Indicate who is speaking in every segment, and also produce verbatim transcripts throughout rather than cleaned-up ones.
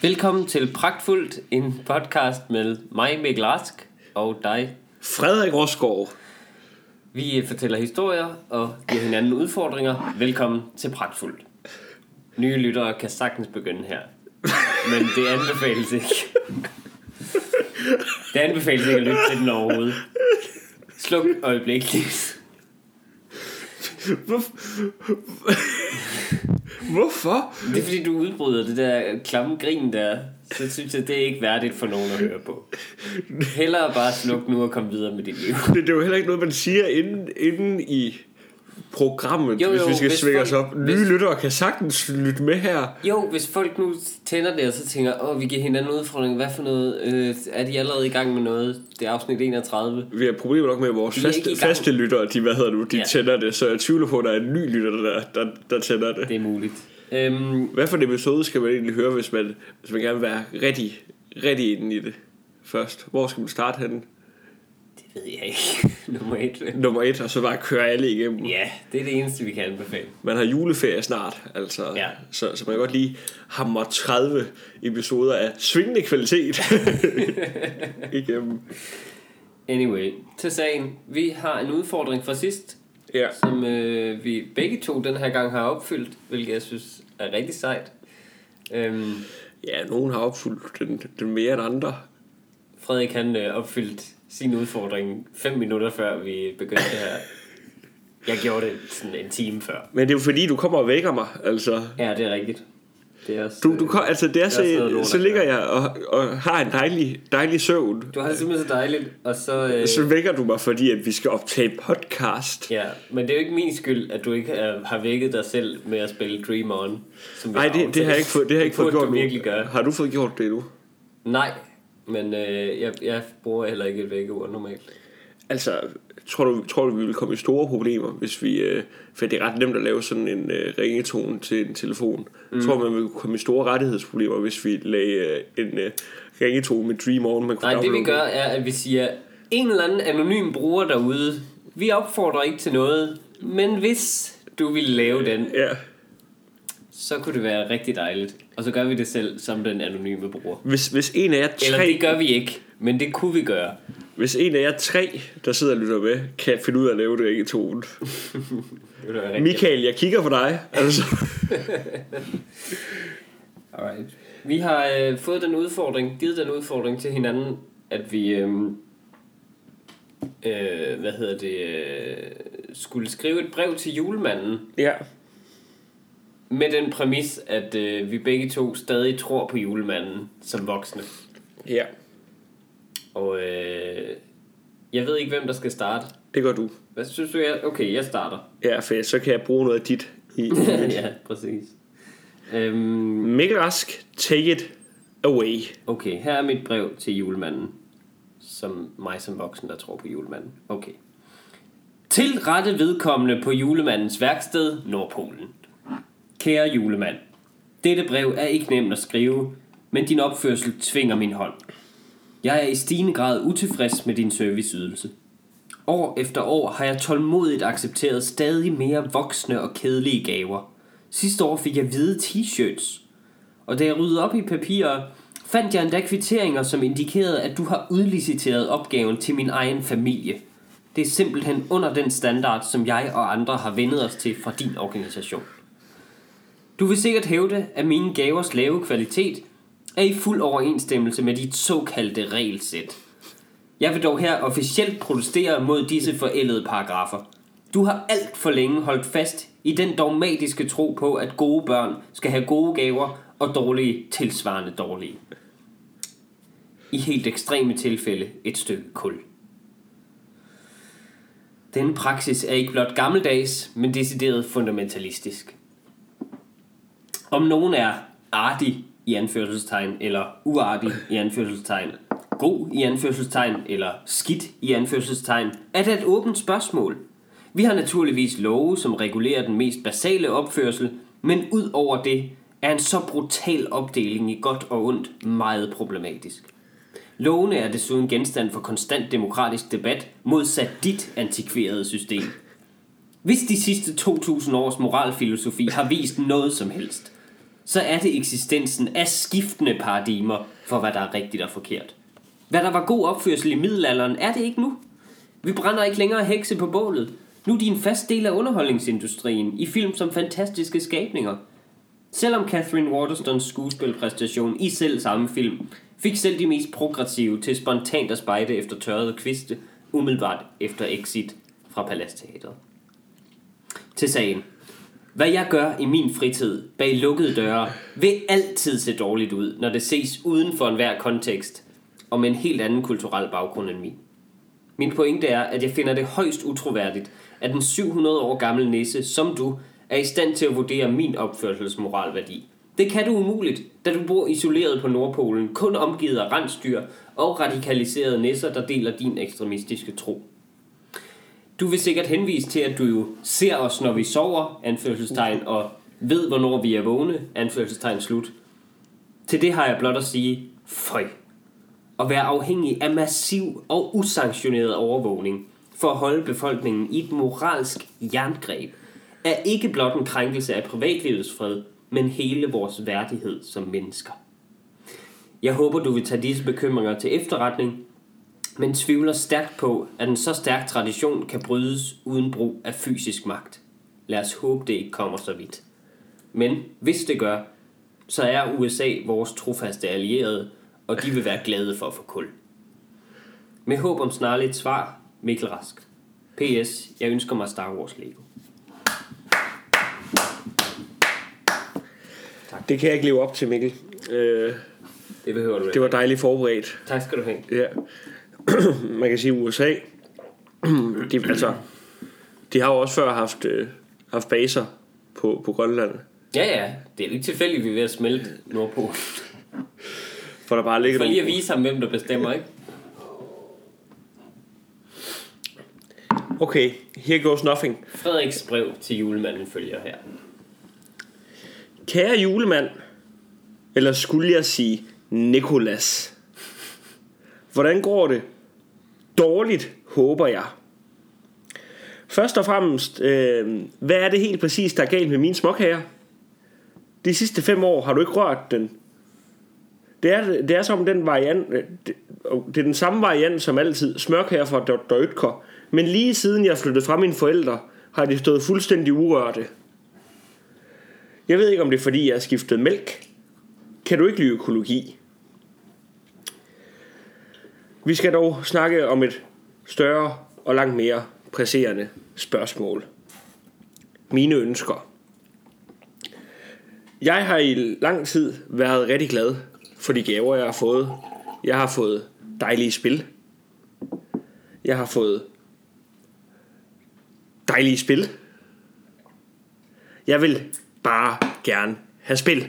Speaker 1: Velkommen til Pragtfuldt, en podcast med mig, Mikkel Rask, og dig,
Speaker 2: Frederik Rosgaard.
Speaker 1: Vi fortæller historier og giver hinanden udfordringer. Velkommen til Pragtfuldt. Nye lyttere kan sagtens begynde her, men det anbefales ikke. Det anbefales ikke at lytte til den overhovedet. Sluk øjeblikkeligt.
Speaker 2: Hvorfor?
Speaker 1: Det er fordi du udbryder det der klamme grin der. Så synes jeg det er ikke værdigt for nogen at høre på. Hellere bare sluk nu og komme videre med dit liv.
Speaker 2: Det, det er jo heller ikke noget man siger inden, inden i programmet, jo, jo, hvis vi skal hvis svinge folk, os op. Nye hvis, lyttere kan sagtens lytte med her.
Speaker 1: Jo, hvis folk nu tænder det og så tænker, åh, vi giver hinanden udfordring. Hvad for noget? Øh, er de allerede i gang med noget? Det er afsnit enogtredive.
Speaker 2: Vi har problemer nok med vores faste, faste lyttere. De, hvad hedder nu, de ja. tænder det. Så jeg tvivler på at der er en ny lytter der, der, der tænder det.
Speaker 1: Det er muligt. øhm,
Speaker 2: Hvad for en episode skal man egentlig høre, hvis man, hvis man gerne vil være rigtig, rigtig inde i det først? Hvor skal man starte henne?
Speaker 1: Det ved jeg ikke. Nummer et.
Speaker 2: Nummer et, og så bare køre alle igennem.
Speaker 1: Ja, det er det eneste vi kan anbefale.
Speaker 2: Man har juleferie snart, altså, ja. så, så man kan godt lige hamre tredive episoder af svingende kvalitet igennem.
Speaker 1: Anyway, til sagen. Vi har en udfordring fra sidst,
Speaker 2: ja. som
Speaker 1: øh, vi begge to den her gang har opfyldt, hvilket jeg synes er rigtig sejt. Øhm,
Speaker 2: ja, nogen har opfyldt den, den mere end andre.
Speaker 1: Frederik han øh, opfyldt sin udfordring fem minutter før vi begyndte det her. Jeg gjorde det sådan en time før.
Speaker 2: Men det er jo fordi du kommer og vækker mig, altså.
Speaker 1: Ja, det er rigtigt. Det er også,
Speaker 2: du, du kom, altså det er, så, noget, så ligger jeg og, og har en dejlig, dejlig søvn.
Speaker 1: Du har det simpelthen så dejligt, og så øh...
Speaker 2: så vækker du mig, fordi at vi skal optage podcast.
Speaker 1: Ja, men det er jo ikke min skyld, at du ikke er, har vækket dig selv med at spille Dream On.
Speaker 2: Nej, det, det har jeg ikke fået, det har jeg ikke fået gjort
Speaker 1: nu.
Speaker 2: Har du fået gjort det nu?
Speaker 1: Nej. Men øh, jeg, jeg bruger heller ikke et vækkeur normalt.
Speaker 2: Altså, tror du, tror du vi vil komme i store problemer, hvis vi... Øh, for det er ret nemt at lave sådan en øh, ringetone til en telefon. Mm. Tror man vil komme i store rettighedsproblemer, hvis vi lagde øh, en øh, ringetone med Dream On? Man kunne
Speaker 1: Nej, det vi gør er, at vi siger, en eller anden anonym bruger derude, vi opfordrer ikke til noget, men hvis du vil lave den,
Speaker 2: ja.
Speaker 1: så kunne det være rigtig dejligt. Og så gør vi det selv som den anonyme bruger.
Speaker 2: Hvis, hvis en af jer tre...
Speaker 1: Eller det gør vi ikke, men det kunne vi gøre.
Speaker 2: Hvis en af jer tre, der sidder og lytter med, kan finde ud af at lave det ikke tonen. Michael, jeg kigger på dig. Altså.
Speaker 1: Alright. Vi har øh, fået den udfordring, givet den udfordring til hinanden, at vi... Øh, øh, hvad hedder det... Øh, skulle skrive et brev til julemanden.
Speaker 2: Ja.
Speaker 1: Med den præmis, at øh, vi begge to stadig tror på julemanden som voksne.
Speaker 2: Ja.
Speaker 1: Og øh, jeg ved ikke, hvem der skal starte.
Speaker 2: Det gør du.
Speaker 1: Hvad synes du? Jeg... Okay, jeg starter.
Speaker 2: Ja, for så kan jeg bruge noget af dit. I,
Speaker 1: ja, præcis. Øhm,
Speaker 2: Mikkel Rask, take it away.
Speaker 1: Okay, her er mit brev til julemanden. Som mig som voksen, der tror på julemanden. Okay. Til rette vedkommende på julemandens værksted, Nordpolen. Kære julemand, dette brev er ikke nemt at skrive, men din opførsel tvinger min hånd. Jeg er i stigende grad utilfreds med din serviceydelse. År efter år har jeg tålmodigt accepteret stadig mere voksne og kedelige gaver. Sidste år fik jeg hvide t-shirts, og da jeg ryddede op i papirer, fandt jeg endda kvitteringer, som indikerede, at du har udliciteret opgaven til min egen familie. Det er simpelthen under den standard, som jeg og andre har vendet os til fra din organisation. Du vil sikkert hævde, at mine gavers lave kvalitet er i fuld overensstemmelse med dit såkaldte regelsæt. Jeg vil dog her officielt protestere mod disse forældede paragrafer. Du har alt for længe holdt fast i den dogmatiske tro på, at gode børn skal have gode gaver og dårlige tilsvarende dårlige. I helt ekstreme tilfælde et stykke kul. Denne praksis er ikke blot gammeldags, men decideret fundamentalistisk. Om nogen er artig i anførselstegn, eller uartig i anførselstegn, god i anførselstegn, eller skidt i anførselstegn, er det et åbent spørgsmål. Vi har naturligvis love, som regulerer den mest basale opførsel, men ud over det er en så brutal opdeling i godt og ondt meget problematisk. Lovene er desuden genstand for konstant demokratisk debat modsat dit antikverede system. Hvis de sidste to tusind års moralfilosofi har vist noget som helst, så er det eksistensen af skiftende paradigmer for, hvad der er rigtigt og forkert. Hvad der var god opførsel i middelalderen, er det ikke nu. Vi brænder ikke længere hekse på bålet. Nu er de en fast del af underholdningsindustrien i film som fantastiske skabninger. Selvom Catherine Waterstones skuespilpræstation i selv samme film fik selv de mest progressive til spontant at spejde efter tørrede kviste, umiddelbart efter exit fra Palastteatret. Til sagen. Hvad jeg gør i min fritid bag lukkede døre vil altid se dårligt ud, når det ses uden for enhver kontekst og med en helt anden kulturel baggrund end min. Min pointe er, at jeg finder det højst utroværdigt, at en syv hundrede år gammel nisse som du er i stand til at vurdere min opførselsmoralværdi. Det kan du umuligt, da du bor isoleret på Nordpolen, kun omgivet af rensdyr og radikaliserede nisser, der deler din ekstremistiske tro. Du vil sikkert henvise til, at du jo ser os, når vi sover, anførselstegn, og ved, hvornår vi er vågne, anførselstegn slut. Til det har jeg blot at sige, føj. At være afhængig af massiv og usanktioneret overvågning for at holde befolkningen i et moralsk jerngreb, er ikke blot en krænkelse af privatlivets fred, men hele vores værdighed som mennesker. Jeg håber, du vil tage disse bekymringer til efterretning, men tvivler stærkt på, at en så stærk tradition kan brydes uden brug af fysisk magt. Lad os håbe, det ikke kommer så vidt. Men hvis det gør, så er U S A vores trofaste allierede, og de vil være glade for at få kul. Med håb om snarligt svar, Mikkel Rask. P S. Jeg ønsker mig Star Wars Lego.
Speaker 2: Tak. Det kan jeg ikke leve op til, Mikkel. Øh,
Speaker 1: det behøver du ikke.
Speaker 2: Det var dejligt forberedt.
Speaker 1: Tak skal du have.
Speaker 2: Ja. Man kan sige U S A. De, altså, de har jo også før haft, øh, haft baser på, på Grønland.
Speaker 1: Ja, ja. Det er jo ikke tilfældigt, vi er ved at smelte Nordpolen.
Speaker 2: For der bare ligger
Speaker 1: For lige at vise ham, hvem der bestemmer, ikke?
Speaker 2: Okay, here goes nothing.
Speaker 1: Frederiks brev til julemanden følger her.
Speaker 2: Kære julemand, eller skulle jeg sige Nikolas, hvordan går det? Dårligt, håber jeg. Først og fremmest, øh, hvad er det helt præcis, der er galt med mine småkager? De sidste fem år har du ikke rørt den. Det er, det er som den variant, det, det er den samme variant som altid, smørkager fra doktor Oetker. Men lige siden jeg flyttede fra mine forældre, har de stået fuldstændig urørte. Jeg ved ikke, om det er fordi jeg har skiftet mælk. Kan du ikke lide økologi? Vi skal dog snakke om et større og langt mere presserende spørgsmål. Mine ønsker. Jeg har i lang tid været rigtig glad for de gaver, jeg har fået. Jeg har fået dejlige spil. Jeg har fået dejlige spil. Jeg vil bare gerne have spil.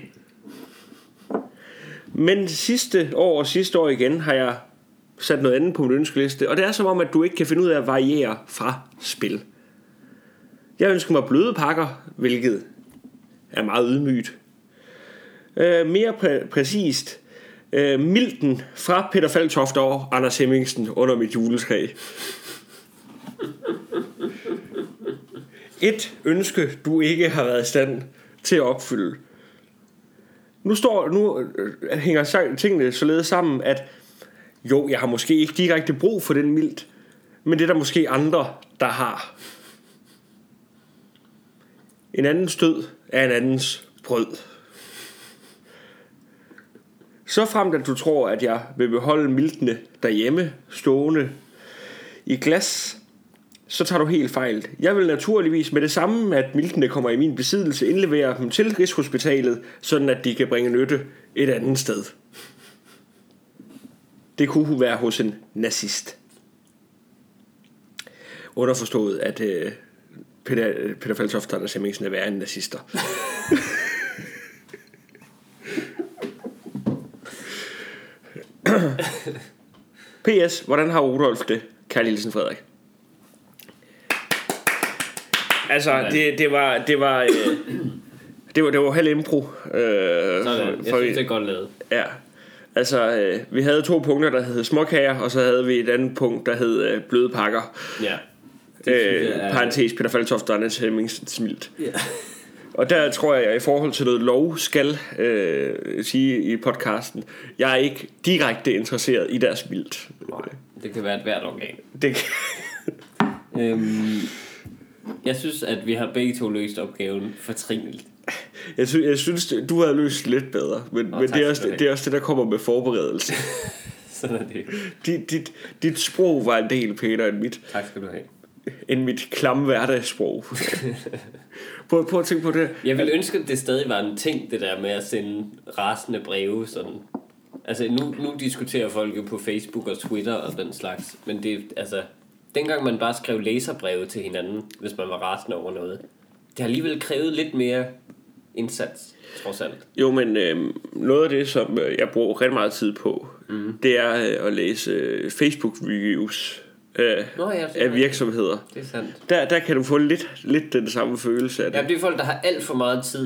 Speaker 2: Men sidste år og sidste år igen har jeg sat noget andet på min ønskeliste, og det er som om, at du ikke kan finde ud af at variere fra spil. Jeg ønsker mig bløde pakker, hvilket er meget ydmygt. Øh, mere præ- præcist, øh, Milten fra Peter Falktoft og Anders Hemmingsen under mit juletræ. Et ønske, du ikke har været i stand til at opfylde. Nu, står, nu hænger tingene således sammen, at jo, jeg har måske ikke direkte brug for den milt, men det er der måske andre, der har. En andens død er en andens brød. Så fremt at du tror, at jeg vil beholde miltene derhjemme, stående i glas, så tager du helt fejl. Jeg vil naturligvis med det samme, at miltene kommer i min besiddelse, indlevere dem til Rigshospitalet, sådan at de kan bringe nytte et andet sted. Det kunne være hos en nazist. Underforstået, at øh, Peter, Peter Falktoft og Anders Hemmingsen er værre end nazister. P S. Hvordan har Rudolf det? Kærlig hilsen, Frederik. Altså, det, det var det var, øh, det var det var halv impro. Øh,
Speaker 1: Sådan. Jeg for, synes det er godt lavet.
Speaker 2: Ja. Altså, øh, vi havde to punkter, der hed småkager, og så havde vi et andet punkt, der hed øh, bløde pakker.
Speaker 1: Ja.
Speaker 2: Øh, er... Parentes Peter Falktoft og Anders Hemmingsen smilt.
Speaker 1: Ja.
Speaker 2: Og der tror jeg, at i forhold til noget lov skal øh, sige i podcasten, jeg er ikke direkte interesseret i deres vildt.
Speaker 1: Nej, det kan være et hvert organ.
Speaker 2: Det kan...
Speaker 1: øhm, jeg synes, at vi har begge to løst opgaven fortrinligt.
Speaker 2: Jeg synes, jeg synes du har løst lidt bedre, men,
Speaker 1: oh,
Speaker 2: men det, er også, det er også det, der kommer med forberedelse.
Speaker 1: Sådan er det.
Speaker 2: Dit, dit, dit sprog var en del pænere end mit.
Speaker 1: Tak skal du have.
Speaker 2: End mit klamme hverdagssprog. Prøv, prøv at tænke på det.
Speaker 1: Jeg vil ønske, at det stadig var en ting, det der med at sende rasende breve. Sådan. Altså, nu, nu diskuterer folk jo på Facebook og Twitter og den slags. Men det, altså, dengang man bare skrev læserbreve til hinanden, hvis man var rasende over noget, det har alligevel krævet lidt mere indsats, trods alt.
Speaker 2: Jo, men øh, noget af det, som jeg bruger rigtig meget tid på, mm. det er øh, at læse øh, Facebook-reviews af,
Speaker 1: Nå, ja,
Speaker 2: af virksomheder.
Speaker 1: Det er sandt.
Speaker 2: Der, der kan du få lidt, lidt den samme følelse af det.
Speaker 1: Ja, det er folk, der har alt for meget tid,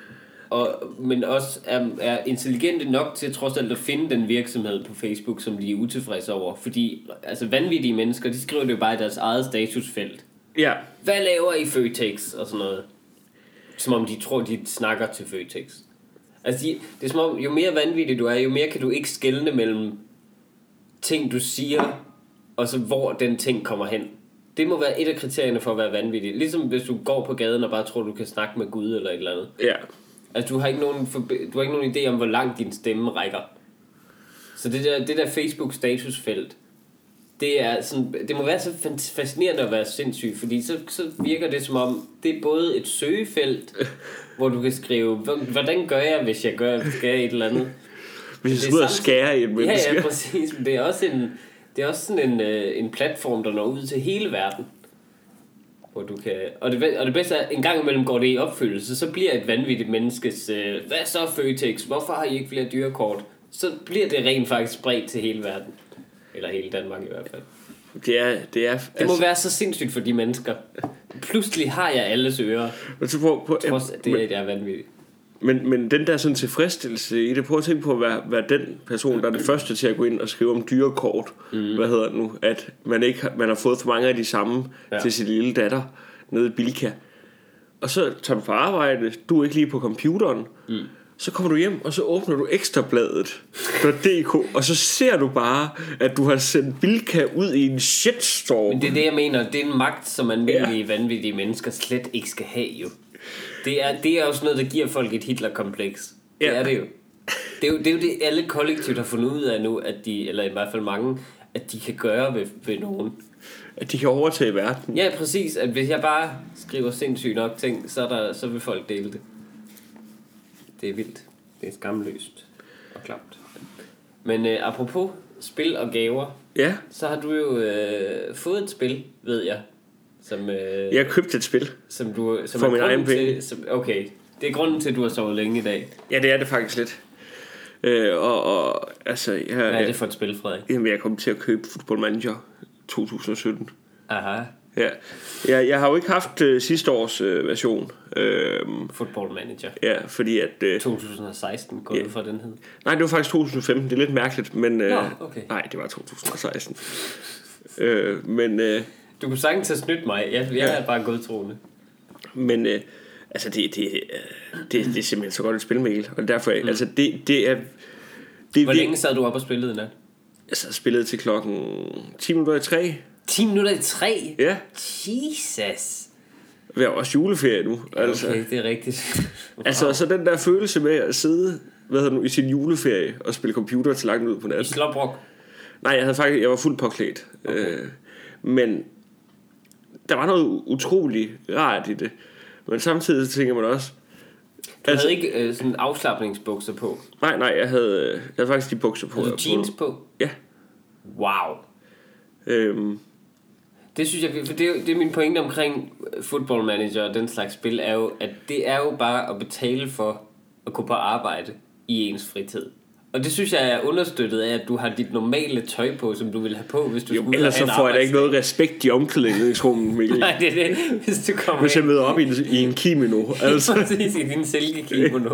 Speaker 1: og, men også er, er intelligente nok til trods alt at finde den virksomhed på Facebook, som de er utilfredse over. Fordi altså, vanvittige mennesker, de skriver det jo bare i deres eget statusfelt.
Speaker 2: Ja.
Speaker 1: Hvad laver I Føtex og sådan noget? Som om de tror, de snakker til Føtex. Altså, de, det er som om, jo mere vanvittig du er, jo mere kan du ikke skelne mellem ting, du siger, og så hvor den ting kommer hen. Det må være et af kriterierne for at være vanvittig. Ligesom hvis du går på gaden og bare tror, du kan snakke med Gud eller et eller andet.
Speaker 2: Ja.
Speaker 1: Altså, du har ikke nogen, du har ikke nogen idé om, hvor langt din stemme rækker. Så det der, det der Facebook-statusfelt, det er sådan, det må være så fascinerende at være sindssyg, fordi så, så virker det som om, det er både et søgefelt, hvor du kan skrive, hvordan gør jeg, hvis jeg gør, skal et eller andet.
Speaker 2: Hvis jeg skal ud og skære i et menneske.
Speaker 1: Ja, ja, præcis. Men det er også en, det er også sådan en, en platform, der når ud til hele verden. Hvor du kan, og, det, og det bedste er, en gang imellem går det i opfyldelse, så bliver et vanvittigt menneskes, øh, hvad så Føtex, hvorfor har I ikke flere dyrekort? Så bliver det rent faktisk spredt til hele verden. Eller hele Danmark i hvert fald.
Speaker 2: Det er, det er,
Speaker 1: det må altså være så sindssygt for de mennesker. Pludselig har jeg alles ører.
Speaker 2: På, på,
Speaker 1: Trods det, men, det er vanvittigt.
Speaker 2: Men, men den der sådan tilfredsstillelse i det, prøv at tænke på at være, være den person, der er det første til at gå ind og skrive om dyrekort. Mm. Hvad hedder det nu? At man, ikke har, man har fået for mange af de samme ja. til sin lille datter nede i Bilka. Og så tager du på arbejde, du er ikke lige på computeren. Mm. Så kommer du hjem, og så åbner du Ekstrabladet .dk, og så ser du bare, at du har sendt Bilka ud i en shitstorm.
Speaker 1: Men det er det, jeg mener. Det er en magt, som almindelige ja. vanvittige mennesker slet ikke skal have, jo. Det er, det er også noget, der giver folk et Hitler-kompleks. Det ja. er det jo. Det er jo, det er jo det, alle kollektivt har fundet ud af nu, at de, eller i hvert fald mange, at de kan gøre ved, ved nogen.
Speaker 2: At de kan overtage verden.
Speaker 1: Ja, præcis. At hvis jeg bare skriver sindssygt nok ting, så, er der, så vil folk dele det. Det er vildt. Det er skamløst og klamt. Men øh, apropos spil og gaver,
Speaker 2: ja.
Speaker 1: så har du jo øh, fået et spil, ved jeg. Som, øh,
Speaker 2: jeg har købt et spil.
Speaker 1: Som du, som
Speaker 2: for min egen penge.
Speaker 1: Til, som, okay, det er grunden til, at du har sovet længe i dag.
Speaker 2: Ja, det er det faktisk lidt. Øh, og, og altså... Jeg,
Speaker 1: Hvad er det for et spil, Frederik?
Speaker 2: Jamen, jeg kom til at købe Football Manager to tusind og sytten.
Speaker 1: Aha.
Speaker 2: Ja, jeg, jeg har jo ikke haft øh, sidste års øh, version. Øhm,
Speaker 1: Football Manager.
Speaker 2: Ja, fordi at... Øh,
Speaker 1: to tusind og seksten går ja. det for den hed.
Speaker 2: Nej, det var faktisk to tusind og femten. Det er lidt mærkeligt, men... Øh,
Speaker 1: Nå, okay.
Speaker 2: Nej, det var to tusind og seksten. øh, men... Øh,
Speaker 1: du kunne sagtens have snydt mig. Jeg, jeg
Speaker 2: ja.
Speaker 1: er bare godtroende.
Speaker 2: Men... Øh, altså, det, det, det, det, det er simpelthen så godt et spil, Mikkel. Og derfor... Mm. Altså, det, det er... Det er
Speaker 1: Hvor længe sad du op og spillede i nat?
Speaker 2: Jeg sad og spillede til klokken ti minutter i tre.
Speaker 1: ti minutter i tre?
Speaker 2: Ja.
Speaker 1: Jesus.
Speaker 2: Vi har også juleferie nu. Altså.
Speaker 1: Okay, det er rigtigt.
Speaker 2: Wow. Altså, så den der følelse med at sidde hvad hedder nu, i sin juleferie og spille computer til langt ud på natten.
Speaker 1: I Slåbrok?
Speaker 2: Nej, jeg havde faktisk, jeg var fuldt påklædt. Okay. Øh, men der var noget utroligt rart i det. Men samtidig tænker man også...
Speaker 1: Du altså, havde ikke øh, sådan afslapningsbukser på?
Speaker 2: Nej, nej, jeg havde, jeg havde faktisk de bukser på.
Speaker 1: Havde du jeans på?
Speaker 2: Ja.
Speaker 1: Wow.
Speaker 2: Øhm.
Speaker 1: Det synes jeg, for det er, det er min pointe omkring Football Manager og den slags spil, er jo, at det er jo bare at betale for at gå på arbejde i ens fritid. Og det synes jeg er understøttet af, at du har dit normale tøj på, som du vil have på, hvis du
Speaker 2: jo,
Speaker 1: skulle
Speaker 2: ellers så får jeg da ikke noget respekt i omklædningsrummet, Mikkel.
Speaker 1: Nej, det er det. Hvis du kommer
Speaker 2: Hvis jeg møder op i en, i en kimono.
Speaker 1: Altså. Præcis, i din silkekimono.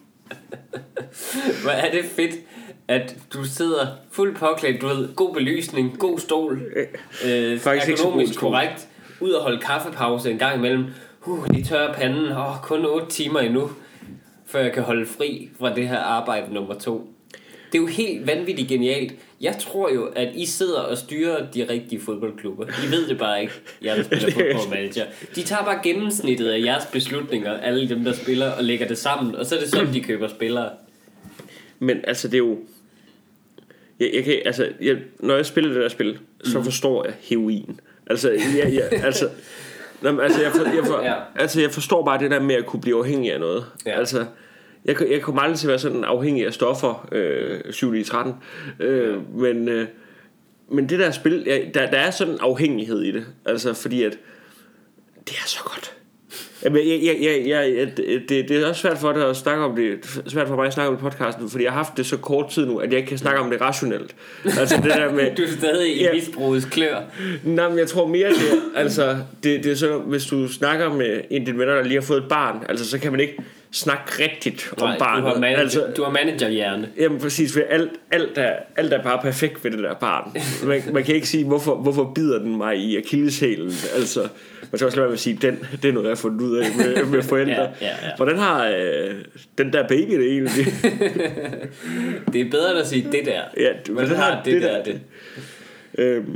Speaker 1: Hvor er det fedt, at du sidder fuldt påklædt, du ved, god belysning, god stol, øh, ergonomisk korrekt, ud og holde kaffepause en gang imellem, uh, lige tørre panden, åh, oh, kun otte timer endnu, før jeg kan holde fri fra det her arbejde nummer to. Det er jo helt vanvittigt genialt. Jeg tror jo, at I sidder og styrer de rigtige fodboldklubber. I ved det bare ikke, jeg der spiller fodboldmanager. De tager bare gennemsnittet af jeres beslutninger, alle dem der spiller, og lægger det sammen, og så er det sådan, de køber spillere.
Speaker 2: Men altså, det er jo... Jeg, jeg kan, altså, jeg, når jeg spiller det der spil, så mm. forstår jeg heroin. Altså, jeg, jeg, altså, jamen, altså, jeg, for, jeg, for, ja. altså, jeg forstår bare det der med at kunne blive afhængig af noget. Ja. Altså, jeg, jeg kommer aldrig til at være sådan afhængig af stoffer, øh, syv ni tretten. Øh, ja. men, øh, men det der spil, ja, der, der er sådan en afhængighed i det. Altså, fordi at det er så godt. Jamen, jeg, jeg, jeg, jeg, det, det er også svært for dig at snakke om det, svært for mig at snakke om det i podcasten, fordi jeg har haft det så kort tid nu, at jeg ikke kan snakke om det rationelt. Altså det der med,
Speaker 1: du er stadig i ja, misbrugets klør.
Speaker 2: Nej, men jeg tror mere det, altså det, det er sådan, hvis du snakker med en af dine venner, der lige har fået et barn, altså så kan man ikke snakke rigtigt om
Speaker 1: Nej,
Speaker 2: barnet.
Speaker 1: Du har, manager,
Speaker 2: altså,
Speaker 1: du har managerhjerne.
Speaker 2: Jamen præcis, for alt, alt, er, alt er bare perfekt ved det der barn. Man, man kan ikke sige, hvorfor, hvorfor bider den mig i akilleshælen. Altså, man skal også lade være med at sige, den, det er noget, jeg har fundet ud af med, med forældre. ja, ja, ja. Hvordan har øh, den der baby det egentlig?
Speaker 1: Det er bedre at sige det der.
Speaker 2: Ja,
Speaker 1: hvordan har det, det der det?
Speaker 2: Øhm,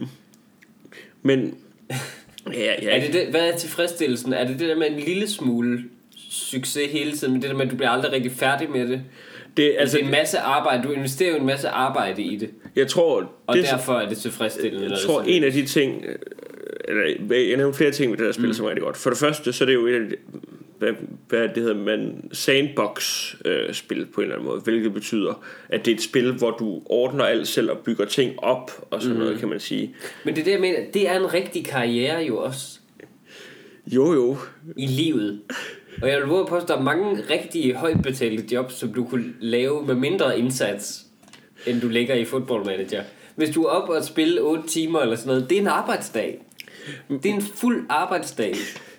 Speaker 2: men ja, ja.
Speaker 1: Er det det, hvad er tilfredsstillelsen? Er det det der med en lille smule succes hele tiden, men det der med, at du bliver aldrig rigtig færdig med det? Det, altså, det er en masse arbejde. Du investerer jo en masse arbejde i det.
Speaker 2: Jeg tror,
Speaker 1: og
Speaker 2: det,
Speaker 1: derfor er det tilfredsstillende.
Speaker 2: Jeg tror, en af de ting, eller jeg nævner flere ting med det der spil, mm. som er rigtig godt. For det første, så er det jo et af de, hvad, hvad det hedder man, sandbox-spil øh, på en eller anden måde, hvilket betyder, at det er et spil, hvor du ordner alt selv og bygger ting op og sådan mm. noget, kan man sige.
Speaker 1: Men det er det, jeg mener, det er en rigtig karriere jo også.
Speaker 2: Jo, jo.
Speaker 1: I livet. Og jeg vil våge på, at der er mange rigtig højt betalte jobs, som du kunne lave med mindre indsats, end du lægger i Football Manager. Hvis du er oppe og spille otte timer eller sådan noget, det er en arbejdsdag. Det er en fuld arbejdsdag.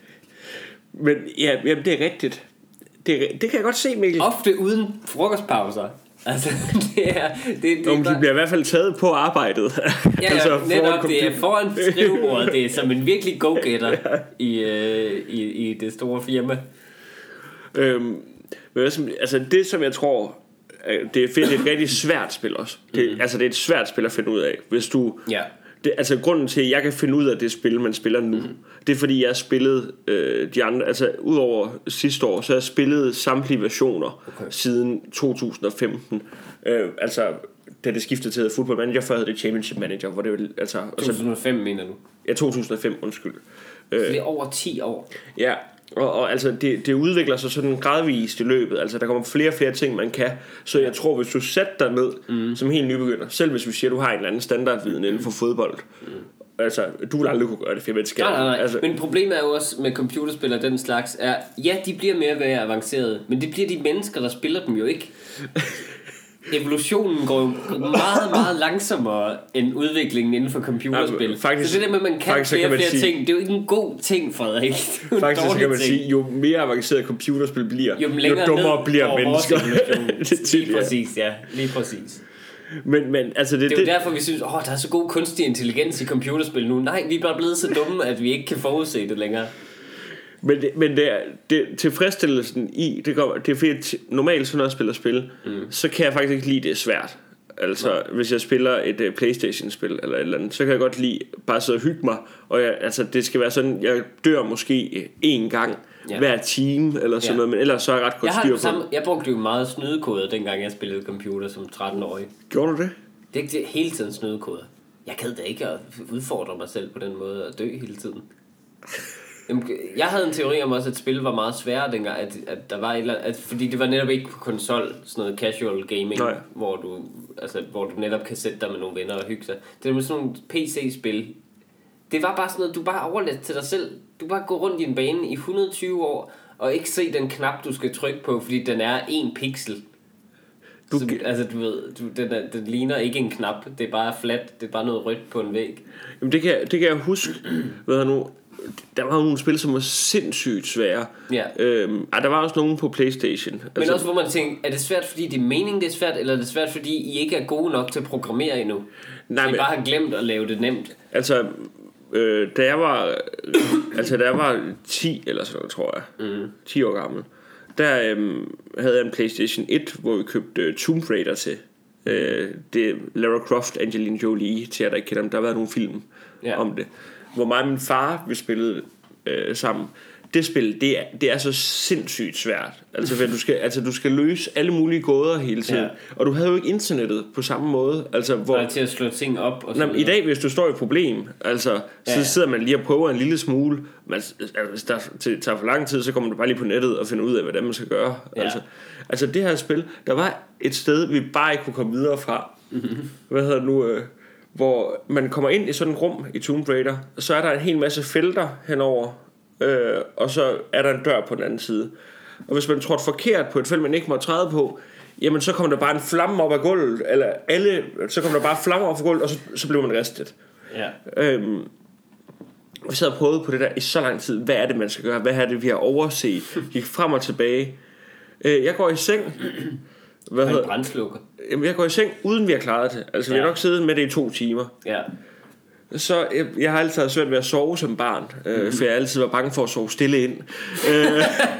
Speaker 1: Men
Speaker 2: ja, jamen, det er rigtigt. Det, er, det kan jeg godt se, Mikkel.
Speaker 1: Ofte uden frokostpauser. Altså, det er... Det, det
Speaker 2: Om de bliver i hvert fald taget på arbejdet.
Speaker 1: Ja, altså, netop, det er foran skrivebordet. Det er som en virkelig go-getter ja. i, øh, i, i det store firma.
Speaker 2: Øhm, men altså, det som jeg tror, det er fedt, det er et rigtig svært spil også. Det, mm. Altså, det er et svært spil at finde ud af. Hvis du... Ja. Det, altså grunden til at jeg kan finde ud af det spil man spiller nu, mm. det er fordi jeg har spillet øh, de andre, altså udover sidste år, så har jeg spillet samtlige versioner okay. siden to tusind og femten. øh, Altså da det skiftede til Football Manager, før hed det Championship Manager, hvor det var, altså,
Speaker 1: to tusind og fem mener du?
Speaker 2: Ja, to tusind og fem, undskyld.
Speaker 1: Så det er over ti år.
Speaker 2: Ja. Og, og altså det, det udvikler sig sådan gradvist i løbet. Altså der kommer flere og flere ting man kan. Så jeg tror hvis du sætter dig ned mm. som helt nybegynder, selv hvis vi siger du har en eller anden standardviden inden for fodbold, mm. altså du vil aldrig kunne gøre det for jeg
Speaker 1: nej, nej, nej. Altså, men problemet er jo også med computerspil og den slags er, ja de bliver mere og mere avancerede, men det bliver de mennesker der spiller dem jo ikke. Evolutionen går jo meget, meget langsommere end udviklingen inden for computerspil. Ja, faktisk, så det der med, at man kan faktisk, flere og flere sige, ting, det er jo ikke en god ting, Frederik.
Speaker 2: Faktisk så kan man ting. sige, jo mere avanceret computerspil bliver, jo, jo dummere bliver mennesker.
Speaker 1: Lige præcis, ja. Lige præcis.
Speaker 2: Men, men, altså det,
Speaker 1: det er jo det, derfor, vi synes, åh, der er så god kunstig intelligens i computerspil nu. Nej, vi er bare blevet så dumme, at vi ikke kan forudse det længere.
Speaker 2: Men, det, men det er, det, tilfredsstillelsen i det, går, det er fordi normalt sådan noget spiller spil mm. så kan jeg faktisk ikke lide det er svært. Altså ja. Hvis jeg spiller et uh, PlayStation spil eller et eller andet, så kan jeg godt lide bare sidde og hygge mig. Og jeg, altså det skal være sådan, jeg dør måske én gang ja. hver time eller sådan ja. noget, men ellers så er jeg ret godt styr på
Speaker 1: samme, jeg brugte jo meget snydekoder dengang jeg spillede computer som tretten-årig.
Speaker 2: Gjorde du det?
Speaker 1: Det er ikke hele tiden snydekoder. Jeg gad da ikke at udfordre mig selv på den måde at dø hele tiden. Jeg havde en teori om også, at spil var meget sværere dengang, at, at der var et eller andet, at, fordi det var netop ikke på konsol, sådan noget casual gaming, hvor du, altså, hvor du netop kan sætte dig med nogle venner og hygge sig. Det var med sådan nogle P C-spil. Det var bare sådan noget, du bare overladt til dig selv. Du bare går rundt i en bane i et hundrede og tyve år, og ikke se den knap, du skal trykke på, fordi den er en pixel. Du, så, altså du ved, du, den, er, den ligner ikke en knap, det er bare flat, det er bare noget rødt på en væg.
Speaker 2: Jamen det kan, det kan jeg huske, hvad jeg nu... Der var jo nogle spil, som var sindssygt svære. Ja. Øhm, der var også nogle på PlayStation.
Speaker 1: Men altså, også hvor man tænker, er det svært, fordi det er meningen, det er svært, eller er det svært, fordi I ikke er gode nok til at programmere endnu? Nej, så I men, bare har glemt at lave det nemt?
Speaker 2: Altså, øh, da jeg var altså da jeg var ti eller sådan noget, tror jeg, mm. ti år gammel, der øh, havde jeg en PlayStation et, hvor vi købte øh, Tomb Raider til. Øh, det er Lara Croft, Angelina Jolie, til jer der ikke kender dem. Der har været nogle film ja. om det, hvor mig og min far vi spillede øh, sammen. Det spil, det er, det er så sindssygt svært. Altså, du skal, altså du skal løse alle mulige gåder hele tiden ja. Og du havde jo ikke internettet på samme måde. Altså, hvor,
Speaker 1: bare til at slå ting op og
Speaker 2: nej, i dag hvis du står i et problem, altså, ja, så sidder man lige og prøver en lille smule. Men altså, hvis der tager for lang tid, så kommer du bare lige på nettet og finder ud af hvad man skal gøre. ja. altså, altså det her spil, der var et sted vi bare ikke kunne komme videre fra. mm-hmm. Hvad hedder det nu øh, hvor man kommer ind i sådan et rum i Tomb Raider, og så er der en hel masse felter henover. Øh, og så er der en dør på den anden side. Og hvis man tror forkert på et felt man ikke må træde på, jamen så kommer der bare en flamme op af gulvet, eller alle, så kommer der bare flammer op af gulvet, og så, så bliver man ristet. ja. øhm, Vi sad og prøvede på det der i så lang tid. Hvad er det man skal gøre? Hvad er det vi har overset? Gik frem og tilbage. øh, Jeg går i seng.
Speaker 1: Hvad hedder brandslukker?
Speaker 2: Jamen jeg går i seng uden vi har klaret det. Altså ja. Vi har nok siddet med det i to timer. Ja. Så jeg, jeg har altid svært ved at sove som barn, øh, mm-hmm. for jeg altid var bange for at sove stille ind. øh,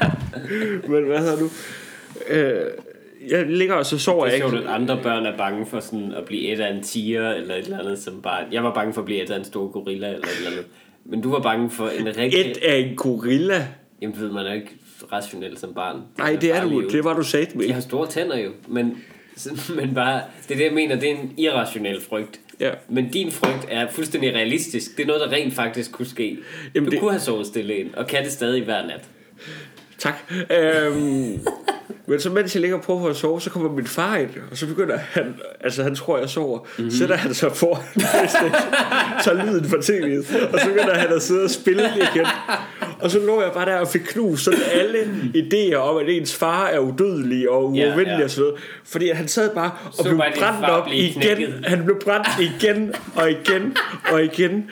Speaker 2: men hvad hedder du? Øh, jeg ligger og så sover jeg ikke.
Speaker 1: Det er sjovt, at andre børn er bange for sådan at blive et af en tiger eller et eller andet som barn. Jeg var bange for at blive et af en stor gorilla eller et eller andet. Men du var bange for en rigtig...
Speaker 2: Et af en gorilla?
Speaker 1: Jamen ved man er ikke rationelt som barn.
Speaker 2: Nej, det er du. Det var du sagde med.
Speaker 1: De har store tænder jo, men, men bare, det er det jeg mener, det er en irrationel frygt. Ja. Men din frygt er fuldstændig realistisk. Det er noget der rent faktisk kunne ske. Jamen, du det... kunne have sovet stille ind og kan det stadig hver nat.
Speaker 2: Tak. øhm, Men så mens jeg ligger på for at sove, så kommer min far ind, og så begynder han, altså han tror jeg sover, mm-hmm. sætter han så for tager lyden fra tv'et, og så begynder han at sidde og spille igen. Og så lå jeg bare der og fik knust sådan alle idéer om at ens far er udødelig og uovervindelig yeah, yeah. og sådan noget. Fordi han sad bare og så blev brændt op igen knækket. Han blev brændt igen og igen og igen.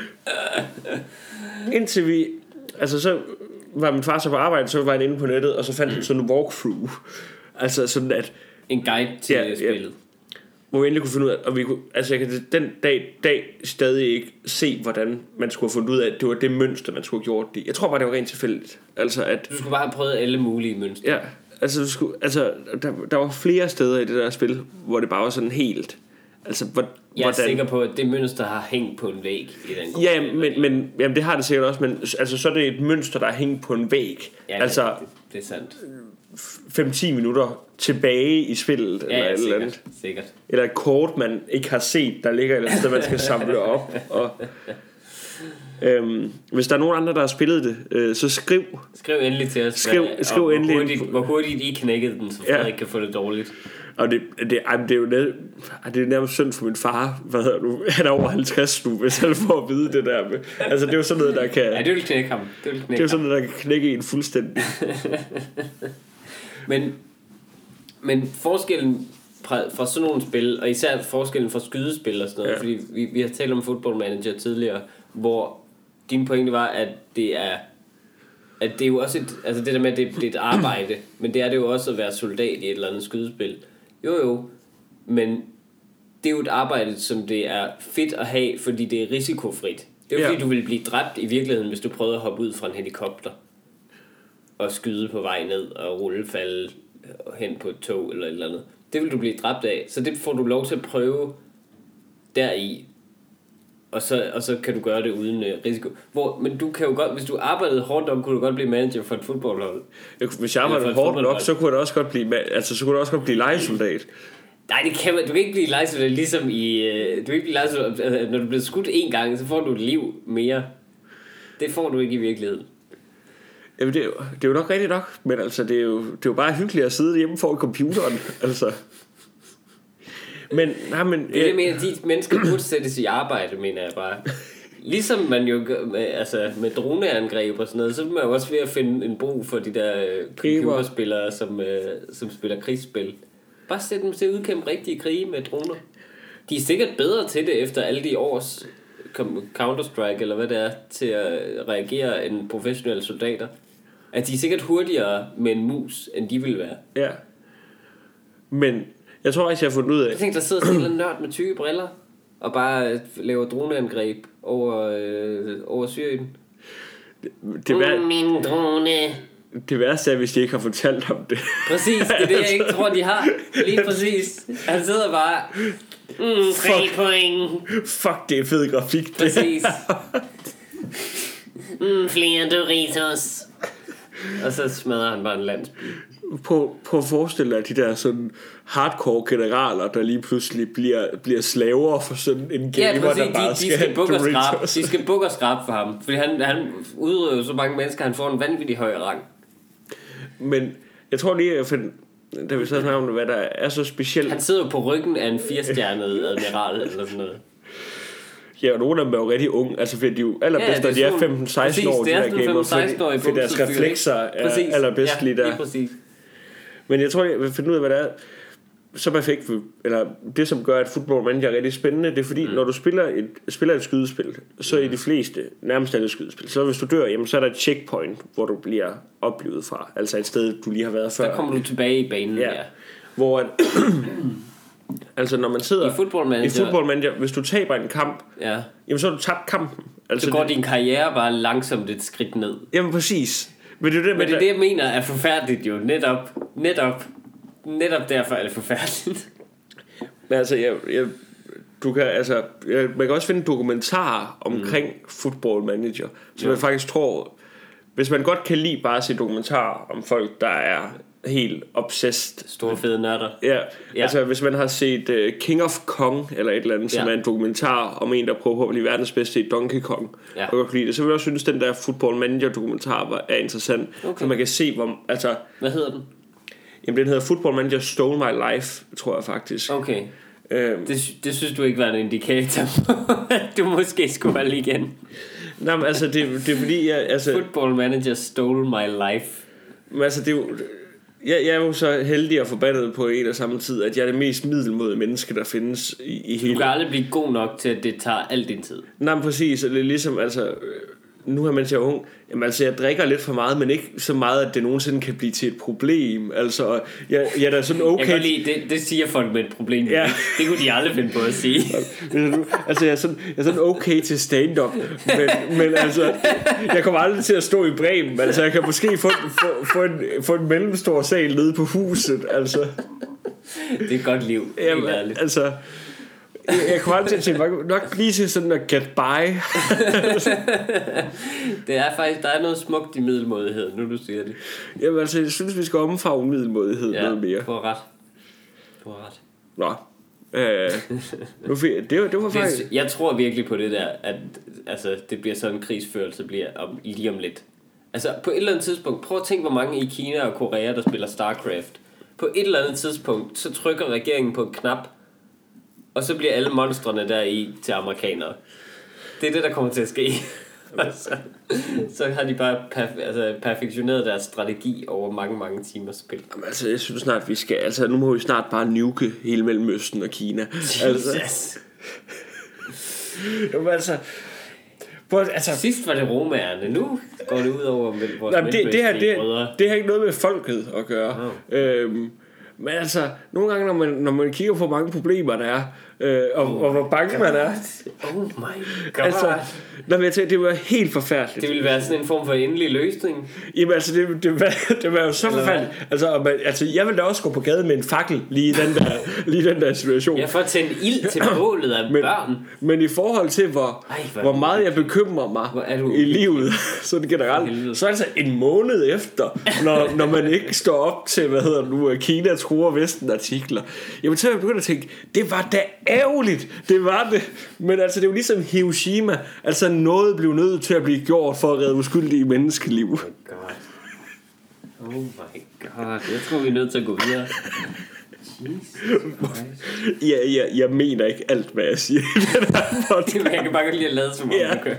Speaker 2: Indtil vi, altså så var min far så på arbejde, så var han inde på nettet, og så fandt han sådan en walkthrough. Altså sådan at
Speaker 1: en guide til ja, spillet ja,
Speaker 2: hvor vi endelig kunne finde ud af, og vi kunne, altså jeg kan den dag, dag stadig ikke se hvordan man skulle have fundet ud af at det var det mønster man skulle have gjort det. Jeg tror bare det var rent tilfældigt. Altså at
Speaker 1: du skulle bare have prøvet alle mulige mønstre.
Speaker 2: Ja, altså du skulle, altså der, der var flere steder i det der spil hvor det bare var sådan helt, altså hvor,
Speaker 1: jeg er hvordan... sikker på at det mønster har hængt på en væg i den
Speaker 2: ja, men, men jamen, det har det sikkert også, men altså så er det et mønster der er hængt på en væg.
Speaker 1: Ja,
Speaker 2: altså
Speaker 1: det, det er sandt.
Speaker 2: fem til ti minutter tilbage i spillet
Speaker 1: ja,
Speaker 2: eller
Speaker 1: ja,
Speaker 2: et
Speaker 1: sikkert,
Speaker 2: eller andet.
Speaker 1: Sikkert.
Speaker 2: Eller et kort man ikke har set der ligger et eller andet sted man skal samle op og, øhm, hvis der er nogen andre der har spillet det øh, så skriv
Speaker 1: skriv endelig til os
Speaker 2: skriv,
Speaker 1: hvad,
Speaker 2: skriv
Speaker 1: hvor,
Speaker 2: endelig
Speaker 1: hurtigt, hvor hurtigt I knækkede den så Frederik ja. kan få det dårligt.
Speaker 2: Og det, det, det, det er jo ned, det er nærmest synd for min far. Hvad hedder du? Han er over halvtreds nu, hvis han får at vide det der med. Altså det er jo sådan noget der kan.
Speaker 1: Ja, det vil knække ham. Det, vil knække
Speaker 2: det er jo sådan noget der kan knække en fuldstændig.
Speaker 1: men men forskellen fra, fra sådan nogle spil, og især forskellen fra skydespil og sådan noget, ja. fordi vi, vi har talt om Football Manager tidligere, hvor din pointe var at det er at det er jo også et, altså det der med at det, det er et arbejde, men det er det jo også at være soldat i et eller andet skydespil. Jo jo, men det er jo et arbejde som det er fedt at have, fordi det er risikofrit. Det er jo ja. fordi du ville blive dræbt i virkeligheden hvis du prøvede at hoppe ud fra en helikopter og skyde på vej ned og rulle falde hen på et tog eller et eller andet. Det vil du blive dræbt af, så det får du lov til at prøve deri. Og så, og så kan du gøre det uden uh, risiko. Hvor, men du kan jo godt, hvis du arbejdede hårdt nok, kunne du godt blive manager for et fodboldhold.
Speaker 2: Hvis jeg arbejdede hårdt nok, så kunne du også godt blive, altså så kunne du også godt blive lejesoldat.
Speaker 1: Nej, det kan man. Du kan ikke blive lejesoldat ligesom i, uh, du kan ikke blive lejesoldat, altså, når du bliver skudt en gang, så får du et liv mere. Det får du ikke i virkeligheden.
Speaker 2: Jamen det er jo, det er jo nok rigtigt nok, men altså det er jo, det er jo bare hyggeligt at sidde hjemme foran computeren, altså. Men, nej, men,
Speaker 1: det er det med, at de mennesker burde sættes i arbejde, mener jeg bare. Ligesom man jo gør, altså med droneangreb og sådan noget, så er man jo også ved at finde en brug for de der øh, computerspillere, som, øh, som spiller krigsspil. Bare sæt dem til at udkæmpe rigtige krige med droner. De er sikkert bedre til det efter alle de års Counter-Strike, eller hvad det er, til at reagere end professionelle soldater. At de er sikkert hurtigere med en mus, end de vil være.
Speaker 2: Ja. Men jeg tror faktisk, jeg har fundet ud af...
Speaker 1: Jeg tænkte, der sidder sådan en nørd med tykke briller og bare laver droneangreb over, øh, over Syrien.
Speaker 2: Det, det, vær...
Speaker 1: mm, min drone.
Speaker 2: det værste er, hvis de ikke har fortalt ham det.
Speaker 1: Præcis, det er det, jeg ikke tror, de har. Lige præcis. Han sidder bare... Mm, tre point.
Speaker 2: Fuck, det er fed grafik, det.
Speaker 1: Præcis. mm, flere Doritos. Og så smadrer han bare en landsby.
Speaker 2: På, på at forestille dig de der sådan hardcore generaler, der lige pludselig bliver, bliver slaver for sådan en gamer,
Speaker 1: ja, præcis,
Speaker 2: der bare
Speaker 1: de, de
Speaker 2: skal,
Speaker 1: skal bukke og skrab.
Speaker 2: Doritos.
Speaker 1: De skal bukke og skrab for ham. Fordi han, han udrøver så mange mennesker, han får en vanvittig høj rang.
Speaker 2: Men jeg tror lige, at da vi så snakker om, hvad der er så specielt.
Speaker 1: Han sidder jo på ryggen af en firestjernet admiral eller sådan noget.
Speaker 2: Ja, og nogle af dem er jo rigtig unge. Altså, fordi de er jo allerbedst, ja, når de er femten seksten år, de her gamer. Fordi, fordi deres reflekser er præcis, allerbedst ja, lige der.
Speaker 1: Præcis.
Speaker 2: Men jeg tror, jeg vil finde ud af, hvad det er så perfekt, eller det som gør, at Football Manager er rigtig spændende, det er fordi, mm. når du spiller et, spiller et skydespil, så i de fleste, nærmest alle skydespil, så hvis du dør, jamen, så er der et checkpoint, hvor du bliver oplevet fra. Altså et sted, du lige har været før.
Speaker 1: Der kommer du tilbage i banen, ja. ja.
Speaker 2: Hvor at, altså når man sidder
Speaker 1: i Football Manager,
Speaker 2: i Football Manager hvis du taber en kamp,
Speaker 1: ja.
Speaker 2: jamen så har du tabt kampen. Altså
Speaker 1: så går
Speaker 2: det,
Speaker 1: din karriere bare langsomt et skridt ned.
Speaker 2: Jamen præcis. Men det er det,
Speaker 1: Men det, er det jeg mener er forfærdeligt jo. Netop, netop, netop derfor er det forfærdeligt.
Speaker 2: Men altså, jeg, jeg, du kan, altså, jeg, man kan også finde dokumentarer omkring mm. Football Manager, som ja. jeg faktisk tror, hvis man godt kan lide bare at se dokumentarer om folk, der er helt obsessed.
Speaker 1: Store fede nørder.
Speaker 2: Ja, ja, altså hvis man har set uh, King of Kong eller et eller andet, som ja. er en dokumentar om en, der prøver på at blive verdens bedste i Donkey Kong, ja. og godt kan lide det, så vil jeg også synes, at den der Football Manager dokumentar er interessant,
Speaker 1: okay.
Speaker 2: for man kan se, hvor, altså...
Speaker 1: Hvad hedder den?
Speaker 2: Jamen den hedder Football Manager Stole My Life, tror jeg faktisk.
Speaker 1: Okay. øhm. det, det synes du ikke var en indikator du måske skulle valge igen?
Speaker 2: Nej, men altså det, det er fordi jeg, altså,
Speaker 1: Football Manager Stole My Life.
Speaker 2: Men altså det er jo, jeg, jeg er jo så heldig og forbandet på en og samme tid, at jeg er det mest middelmådige menneske, der findes i, i hele...
Speaker 1: Du kan aldrig blive god nok til, at det tager al din tid.
Speaker 2: Nej, men præcis, og det er ligesom, altså... Nu her, mens jeg er ung, jamen altså jeg drikker lidt for meget, men ikke så meget, at det nogensinde kan blive til et problem. Altså, jeg, jeg er da sådan okay.
Speaker 1: Jeg kan lide, det, det siger folk med et problem. Ja. Det kunne de aldrig finde på at sige.
Speaker 2: Altså jeg er sådan, jeg er sådan okay til stand-up, men, men altså, jeg kommer aldrig til at stå i Bremen. Altså jeg kan måske få, få, få, en, få en mellemstor sal nede på huset. Altså.
Speaker 1: Det er et godt liv.
Speaker 2: Jamen, altså... Jeg kommer aldrig til at tænke nok lige til sådan at get by.
Speaker 1: Det er faktisk, der er noget smukt i middelmådighed, nu du siger det.
Speaker 2: Jamen altså, jeg synes vi skal omfavne middelmådighed
Speaker 1: ja,
Speaker 2: noget mere.
Speaker 1: Du har ret. Du har ret.
Speaker 2: Nå. Øh, nu fik, det, var, det var faktisk...
Speaker 1: Det, jeg tror virkelig på det der, at altså, det bliver sådan en krigsførelse bliver om, lige om lidt. Altså på et eller andet tidspunkt, prøv at tænke, hvor mange i Kina og Korea, der spiller StarCraft. På et eller andet tidspunkt, så trykker regeringen på en knap, og så bliver alle monstrene der i til amerikanere. Det er det, der kommer til at ske. så, så har de bare perf- altså, perfektioneret deres strategi over mange, mange timers spil.
Speaker 2: Jamen, altså, jeg synes snart, vi skal... Altså, nu må vi snart bare nuke hele Mellemøsten og Kina.
Speaker 1: Jesus.
Speaker 2: Altså, Jamen, altså... På, altså
Speaker 1: sidst var det romaerne, nu går det ud over vores
Speaker 2: det, det, her, det, det har ikke noget med folket at gøre. Oh. Øhm, men altså, nogle gange, når man, når man kigger på mange problemer, der er, øh, og, oh og hvor bange man er.
Speaker 1: Oh my god.
Speaker 2: Altså, når jeg tænker, det var helt forfærdeligt.
Speaker 1: Det ville være sådan en form for endelig løsning.
Speaker 2: Jamen altså, det, det, var, det var jo så Eller forfærdeligt. Altså, man, altså, jeg ville da også gå på gaden med en fakkel lige i den der, lige den der situation.
Speaker 1: Jeg får tændt ild til bålet af
Speaker 2: men,
Speaker 1: børn.
Speaker 2: Men i forhold til, hvor, Ej, hvor, hvor meget jeg bekymrer mig du... i livet, sådan generelt, så altså en måned efter, når, når man ikke står op til, hvad hedder nu, Kina truer Vesten artikler. Jeg vil til at begynde at tænke, det var da ærgerligt, det var det. Men altså, det er jo ligesom Hiroshima, altså noget blev nødt til at blive gjort for at redde uskyldige menneskeliv.
Speaker 1: Oh my god. Oh my god. Jeg tror, vi er nødt til at gå videre.
Speaker 2: ja, ja, jeg mener ikke alt, hvad jeg siger.
Speaker 1: Jeg kan bare godt lide at lade som om ja. Okay.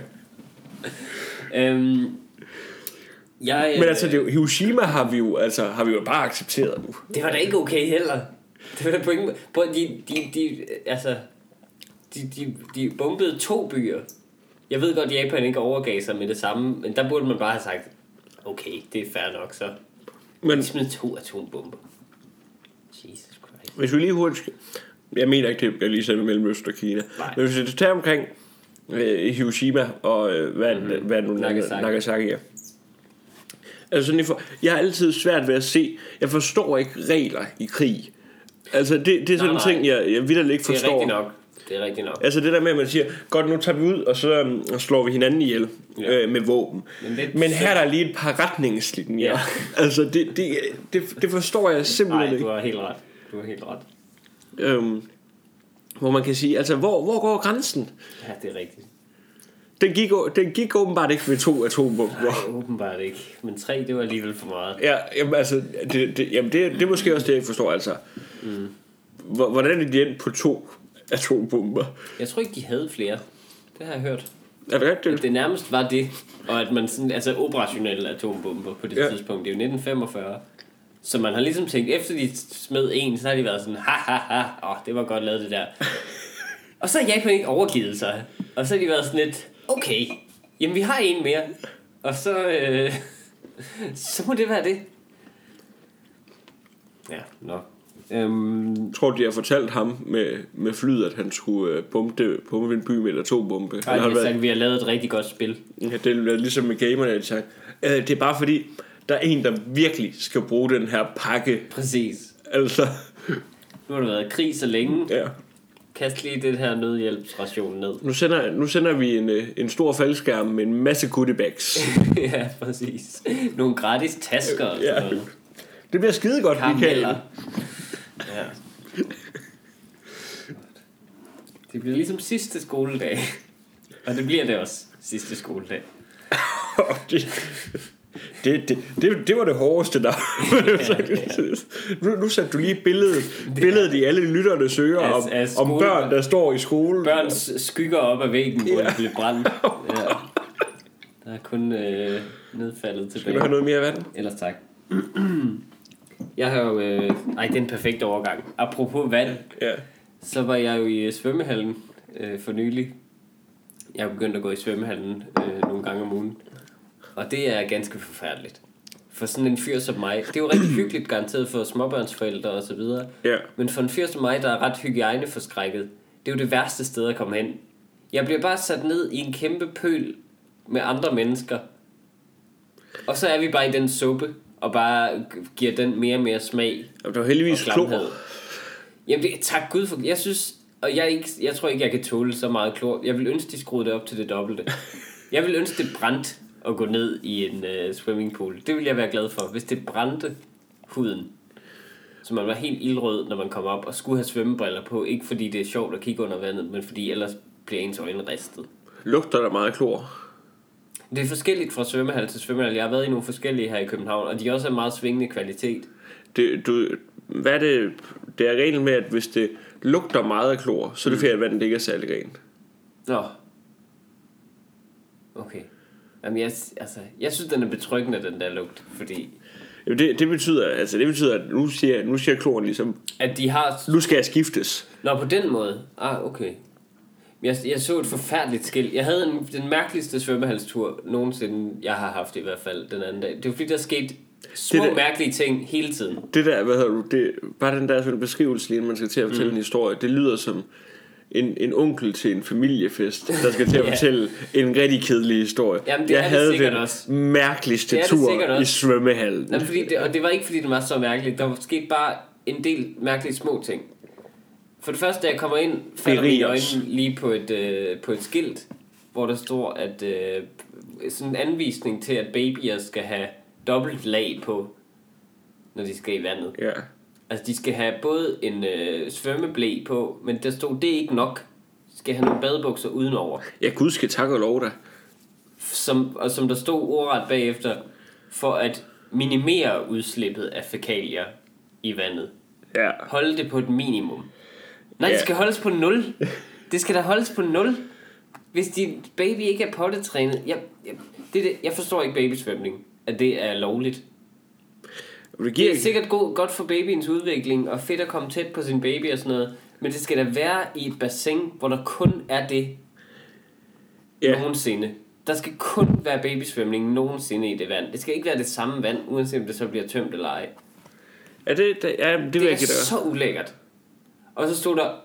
Speaker 1: øhm, jeg,
Speaker 2: Men altså, det, Hiroshima har vi jo altså har vi jo bare accepteret nu.
Speaker 1: Det var da ikke okay heller. Det var da på ingen måde. De, de, de, altså, de, de, de bombede to byer. Jeg ved godt, at Japan ikke overgav sig med det samme, men der burde man bare have sagt, okay, det er fair nok, så men, de smed to atombomber. Jesus Christ.
Speaker 2: Hvis vi lige hurtigt, Jeg mener ikke, det er lige sådan Mellemøsten og Kina.
Speaker 1: Nej.
Speaker 2: Men hvis vi tager omkring øh, Hiroshima og øh, hvad, mm-hmm. hvad nu
Speaker 1: Nagasaki.
Speaker 2: Nagasaki er. Altså, sådan, jeg, for, jeg har altid svært ved at se. Jeg forstår ikke regler i krig. Altså, det, det er sådan en ting, jeg, jeg vitterligt ikke forstår.
Speaker 1: Det er rigtigt nok. Det er rigtigt nok.
Speaker 2: Altså det der med, at man siger, godt, nu tager vi ud, og så um, slår vi hinanden ihjel ja. øh, med våben. Men, Men her er der lige et par retningslinjer. Ja. Altså det, det, det, det forstår jeg simpelthen ikke.
Speaker 1: Nej, du har helt ret. Du har helt ret.
Speaker 2: Øhm, hvor man kan sige, altså hvor, hvor går grænsen?
Speaker 1: Ja, det er rigtigt.
Speaker 2: Den gik, den gik åbenbart ikke med to atombomber.
Speaker 1: Nej, åbenbart ikke. Men tre, det var alligevel for meget.
Speaker 2: Ja, jamen altså, det, det, jamen det, det er måske også det, jeg forstår, altså. Mm. Hvordan er de endt på to atombomber?
Speaker 1: Jeg tror ikke, de havde flere. Det har jeg hørt.
Speaker 2: Er det rigtigt?
Speaker 1: At det nærmest var det, og at man sådan, altså operationelle atombomber på det ja. tidspunkt, det er jo nitten femogfyrre. Så man har ligesom tænkt, efter de smed en, så har de været sådan, ha ha ha, åh, oh, det var godt lavet det der. Og så har Japan ikke overgivet sig. Og så har de været sådan lidt, okay, jamen vi har en mere. Og så, øh, så må det være det. Ja, nå. Øhm,
Speaker 2: tror du, de har fortalt ham med, med flyet, at han skulle bombe, bombe en by med en atombombe?
Speaker 1: Nej, det er sagt, vi har lavet et rigtig godt spil.
Speaker 2: Ja, det er ligesom med gamerne, at de sagt, øh, det er bare fordi, der er en, der virkelig skal bruge den her pakke.
Speaker 1: Præcis.
Speaker 2: Altså.
Speaker 1: Nu har der været krig så længe.
Speaker 2: Ja.
Speaker 1: Kast lige det her nødhjælpsration ned.
Speaker 2: Nu sender, nu sender vi en, en stor faldskærm med en masse goodie bags.
Speaker 1: Ja, præcis. Nogle gratis tasker og
Speaker 2: ja.
Speaker 1: sådan noget.
Speaker 2: Det bliver skide godt, Michael.
Speaker 1: Ja. Det bliver ligesom sidste skoledag. Og det bliver det også sidste skoledag.
Speaker 2: det, det, det, det, det var det hårdeste der. Ja, ja. Nu, nu satte du lige billedet, billedet i alle lytterne søger om, om børn, der står i skole.
Speaker 1: Børns skygger op ad væggen, hvor ja. de bliver brændt. Ja. Der er kun øh, nedfaldet tilbage.
Speaker 2: Skal du have noget mere vand?
Speaker 1: Ellers tak. Jeg har jo... Øh, ej, det er en perfekt overgang. Apropos vand,
Speaker 2: ja.
Speaker 1: så var jeg jo i svømmehallen øh, for nylig. Jeg har begyndt at gå i svømmehallen øh, nogle gange om ugen. Og det er ganske forfærdeligt. For sådan en fyr som mig... Det er jo rigtig hyggeligt, garanteret for småbørnsforældre og så videre.
Speaker 2: Ja.
Speaker 1: Men for en fyr som mig, der er ret hygiejneforskrækket, det er jo det værste sted at komme hen. Jeg bliver bare sat ned i en kæmpe pøl med andre mennesker. Og så er vi bare i den suppe, og bare giver den mere og mere smag.
Speaker 2: Og det var heldigvis klor.
Speaker 1: Jamen, det, tak Gud for... Jeg synes... Og jeg, ikke, jeg tror ikke, jeg kan tåle så meget klor. Jeg vil ønske, de skruede det op til det dobbelte. Jeg vil ønske, det brændt at gå ned i en uh, swimmingpool. Det vil jeg være glad for. Hvis det brændte huden, så man var helt ildrød, når man kom op, og skulle have svømmebriller på. Ikke fordi det er sjovt at kigge under vandet, men fordi ellers bliver ens øjne ristet.
Speaker 2: Lugter der meget klor?
Speaker 1: Det er forskelligt fra svømmehal til svømmehal. Jeg har været i nogle forskellige her i København, og de også er meget svingende kvalitet.
Speaker 2: Det, du, hvad er det? Det er reglen med, at hvis det lugter meget af klor, så er det fordi, at vandet ikke er særlig rent.
Speaker 1: Nå. Okay. Jamen, jeg, altså, jeg synes, den er betryggende, den der lugt, fordi...
Speaker 2: Jamen, det, det betyder, altså, det betyder, at nu siger, nu siger kloren ligesom...
Speaker 1: At de har...
Speaker 2: Nu skal jeg skiftes.
Speaker 1: Nå, på den måde. Ah, okay. Jeg, jeg så et forfærdeligt skilt. Jeg havde en, den mærkeligste svømmehalstur nogensinde, jeg har haft i hvert fald den anden dag. Det var fordi, der skete små det der, mærkelige ting hele tiden.
Speaker 2: Det der, hvad hedder du, det, bare den der sådan beskrivelse, lige man skal til at fortælle mm. en historie, det lyder som en, en onkel til en familiefest, der skal til at ja. fortælle en rigtig kedelig historie.
Speaker 1: Jamen, det
Speaker 2: jeg
Speaker 1: er
Speaker 2: havde
Speaker 1: det
Speaker 2: den
Speaker 1: også.
Speaker 2: mærkeligste tur i svømmehallen.
Speaker 1: Jamen, fordi det, og det var ikke fordi, den var så mærkeligt. Der var sket bare en del mærkelige små ting. For det første, da jeg kommer ind, falder mine øjne lige på et, øh, på et skilt, hvor der står, at øh, sådan en anvisning til, at babyer skal have dobbelt lag på, når de skal i vandet.
Speaker 2: Ja.
Speaker 1: Altså, de skal have både en øh, svømmeblæ på, men der stod, det er ikke nok. De skal have nogle badebukser udenover.
Speaker 2: Ja, Gud skal takke og lov dig.
Speaker 1: Som, og som der stod ordret bagefter, for at minimere udslippet af fækalier i vandet.
Speaker 2: Ja.
Speaker 1: Holde det på et minimum. Nej,
Speaker 2: ja.
Speaker 1: det skal holdes på nul. Det skal da holdes på nul. Hvis din baby ikke er pottetrænet. Jeg, jeg, det, det, jeg forstår ikke babysvømning, at det er lovligt. Det, det er sikkert god, godt for babyens udvikling, og fedt at komme tæt på sin baby og sådan noget. Men det skal da være i et bassin, hvor der kun er det ja. nogensinde. Der skal kun være babysvømning nogensinde i det vand. Det skal ikke være det samme vand, uanset om det så bliver tømt eller ej.
Speaker 2: Ja, det, det, ja, det,
Speaker 1: det er så ulækkert. Og så stod der,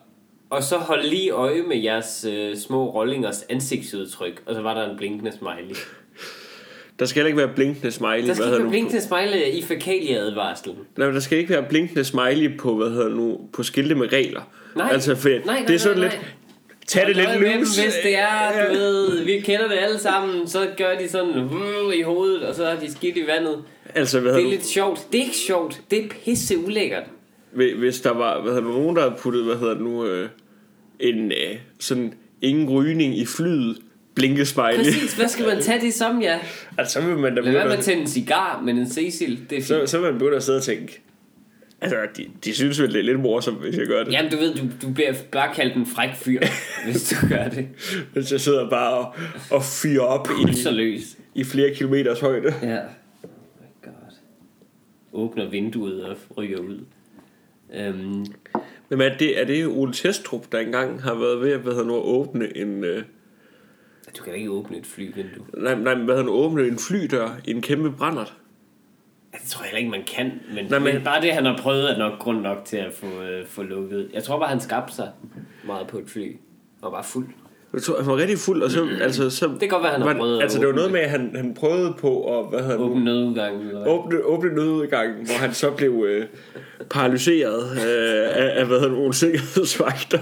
Speaker 1: Og så hold lige øje med jeres øh, små rollingers ansigtsudtryk. Og så var der en blinkende smiley.
Speaker 2: Der skal heller ikke være blinkende smiley.
Speaker 1: Der skal ikke være blinkende smiley i fækalieadvarslen.
Speaker 2: Nej, der skal ikke være blinkende smiley på, hvad hedder nu, på skilte med regler.
Speaker 1: Nej,
Speaker 2: altså, for
Speaker 1: nej, nej,
Speaker 2: det er sådan
Speaker 1: nej,
Speaker 2: lidt...
Speaker 1: nej.
Speaker 2: Tag det lidt
Speaker 1: løs. Hvis det er, du ved, vi kender det alle sammen, så gør de sådan uh, i hovedet, og så er de skidt i vandet.
Speaker 2: Altså, hvad
Speaker 1: det er lidt sjovt. Det er ikke sjovt. Det er pisse ulækkert.
Speaker 2: Hvis der var, hvad hedder nu, nogen, der havde puttet, hvad hedder nu, øh, en øh, sådan ingen rygning i flyet, blinkesmiley.
Speaker 1: Præcis, hvad skal man tage det som, ja?
Speaker 2: Altså, så vil man da
Speaker 1: Lad være med at tænde en cigar, men en Cecil, det er fint.
Speaker 2: Så, så vil man begynde at sidde og tænke, altså, de, de synes vel, det er lidt morsomt, hvis jeg gør det.
Speaker 1: Jamen, du ved, du, du bliver bare kaldt en fræk fyr, hvis du gør det.
Speaker 2: Hvis jeg sidder bare og, og fyrer op i, i flere kilometers højde.
Speaker 1: Ja. Oh my god. Åbner vinduet og ryger ud. Um,
Speaker 2: Men er det, er det Ole Testrup, der engang har været ved at, hvad hedder nu, at åbne en... Øh...
Speaker 1: Du kan da ikke åbne et flyvindue.
Speaker 2: Nej, nej, men hvad hedder nu, åbne en flydør i en kæmpe brændert?
Speaker 1: Det tror jeg heller ikke, man kan. Men,
Speaker 2: nej, men...
Speaker 1: men bare det, han har prøvet, er nok grund nok til at få, øh, få lukket. Jeg tror bare, han skabte sig meget på et fly. Og var fuld.
Speaker 2: Jeg tror, han var rigtig fuld, og så... altså, så
Speaker 1: det kan godt være, han har prøvet.
Speaker 2: Altså, det var noget med, at han, han prøvede på at... Hvad hedder
Speaker 1: åbne nødudgangen.
Speaker 2: Åbne, åbne nødudgangen, hvor han så blev øh, paralyseret øh, af, af, hvad hedder nogle sikkerhedsvagter.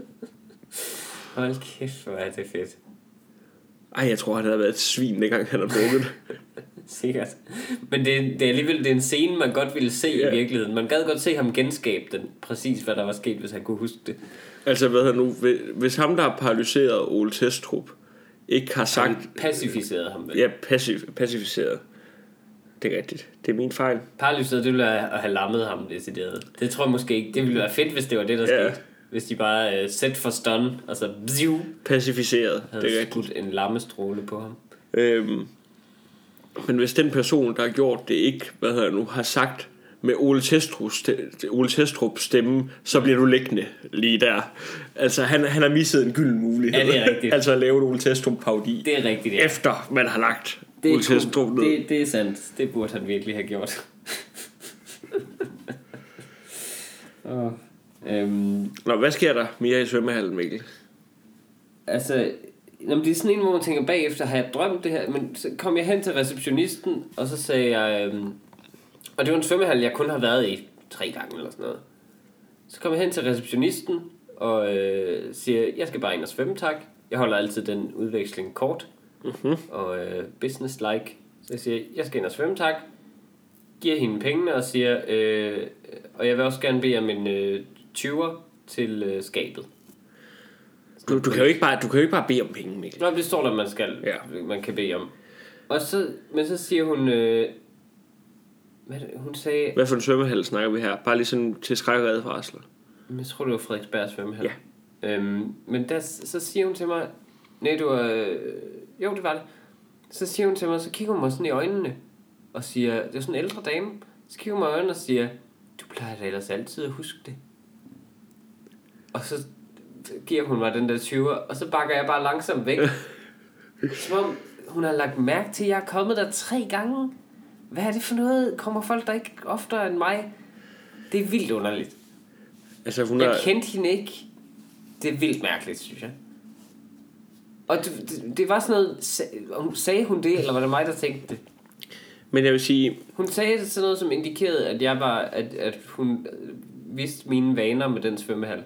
Speaker 1: Hold kæft, hvor er det fedt.
Speaker 2: Ej, jeg tror, han havde været et svin, dengang han har drukket.
Speaker 1: Sikkert. Men det, det er alligevel det er en scene, man godt ville se yeah. i virkeligheden. Man gad godt se ham genskabe den. Præcis, hvad der var sket, hvis han kunne huske det.
Speaker 2: Altså, hvad hedder nu, hvis ham, der har paralyseret Ole Testrup, ikke har sagt... Han
Speaker 1: pacificeret ham vel?
Speaker 2: Ja, pacif- pacificeret. Det er rigtigt. Det er min fejl.
Speaker 1: Paralyseret, det ville være at have lammet ham decideret. Det tror jeg måske ikke. Det ville være fedt, hvis det var det, der ja. skete. Hvis de bare uh, set for stun, og så bziu,
Speaker 2: pacificeret.
Speaker 1: Havde det er skudt en lammestråle på ham.
Speaker 2: Øhm, men hvis den person, der har gjort det, ikke, hvad hedder nu, har sagt med Ole Testrups, Ole Testrups stemme, så bliver du liggende lige der. Altså, han, han har misset en gylden mulighed.
Speaker 1: Ja, det er rigtigt.
Speaker 2: Altså at lave en Ole Testrup-parodi.
Speaker 1: Det er rigtigt, ja.
Speaker 2: Efter man har lagt
Speaker 1: det
Speaker 2: Ole Testrup ned.
Speaker 1: Det, det er sandt. Det burde han virkelig have gjort. oh. Øhm,
Speaker 2: Nå, hvad sker der mere i svømmehallen, Mikkel?
Speaker 1: Altså, jamen, det er sådan en, hvor man tænker, bagefter har jeg drømt det her, men så kom jeg hen til receptionisten, og så sagde jeg, øhm, og det var en svømmehal, jeg kun har været i tre gange eller sådan noget. Så kom jeg hen til receptionisten, og øh, siger, jeg skal bare ind og svømme, tak. Jeg holder altid den udveksling kort,
Speaker 2: mm-hmm.
Speaker 1: og øh, business-like. Så jeg siger, jeg skal ind og svømme, tak. Giver hende pengene og siger, øh, og jeg vil også gerne bede om en øh, tyver til øh, skabet.
Speaker 2: Du, du, kan jo ikke bare, du kan jo ikke bare bede om penge, Mikkel.
Speaker 1: Nå, det står der, man skal, ja. man kan bede om. Og så, men så siger hun, øh, hvad det, hun sagde...
Speaker 2: Hvad for en svømmehal snakker vi her? Bare lige sådan til skræk og advarsler.
Speaker 1: Jeg tror, det var Frederiksberg svømmehal.
Speaker 2: Ja.
Speaker 1: Øhm, men der, så siger hun til mig, nej, du er, øh, jo, det var det. Så siger hun til mig, så kigger hun mig sådan i øjnene, og siger, det er sådan en ældre dame, så kigger hun mig i øjnene og siger, du plejer da ellers altid at huske det. Og så giver hun mig den der tyver, og så bakker jeg bare langsomt væk. Som om hun har lagt mærke til, at jeg er kommet der tre gange. Hvad er det for noget? Kommer folk der ikke oftere end mig? Det er vildt underligt.
Speaker 2: Altså, hun
Speaker 1: jeg
Speaker 2: er...
Speaker 1: kendte hende ikke. Det er vildt mærkeligt, synes jeg. Og det, det, det var sådan noget... Sagde hun det, eller var det mig, der tænkte det?
Speaker 2: Men jeg vil sige...
Speaker 1: Hun sagde sådan noget, som indikerede, at jeg var... At, at hun vidste mine vaner med den svømmehal.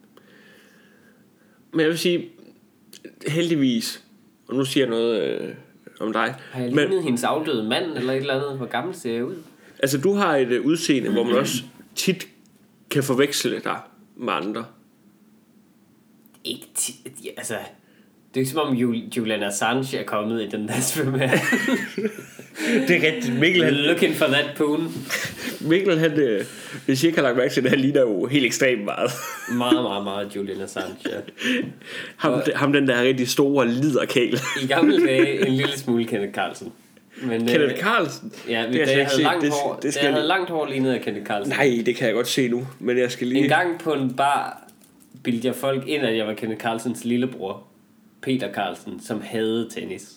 Speaker 2: Men jeg vil sige... Heldigvis... Og nu siger jeg noget øh, om dig.
Speaker 1: Har jeg lignet men, hendes afdøde mand, eller et eller andet? Hvor gammel ser jeg ud? Altså,
Speaker 2: du har et øh, udseende, hvor man også tit kan forveksle dig med andre.
Speaker 1: Ikke tit... Altså... Det er ikke som om Julian Assange er kommet i den der svømmehal.
Speaker 2: Det er rigtigt. Mikkel, han...
Speaker 1: Looking for that poon.
Speaker 2: Mikkel, han... Øh, hvis I ikke har lagt mærke til det, han ligner jo helt ekstremt meget.
Speaker 1: meget, meget, meget Julian Assange, ja.
Speaker 2: Ham, og, ham den der rigtig store liderkæl.
Speaker 1: I gamle dage en lille smule Kenneth Carlsen. Men,
Speaker 2: Kenneth øh, Carlsen?
Speaker 1: Ja, det jeg havde langt hår, det, det skal... jeg havde langt hår lignede af Kenneth Carlsen.
Speaker 2: Nej, det kan jeg godt se nu, men jeg skal lige...
Speaker 1: En gang på en bar bildte jeg folk ind, at jeg var Kenneth Carlsens lillebror, Peter Carlsen, som havde tennis.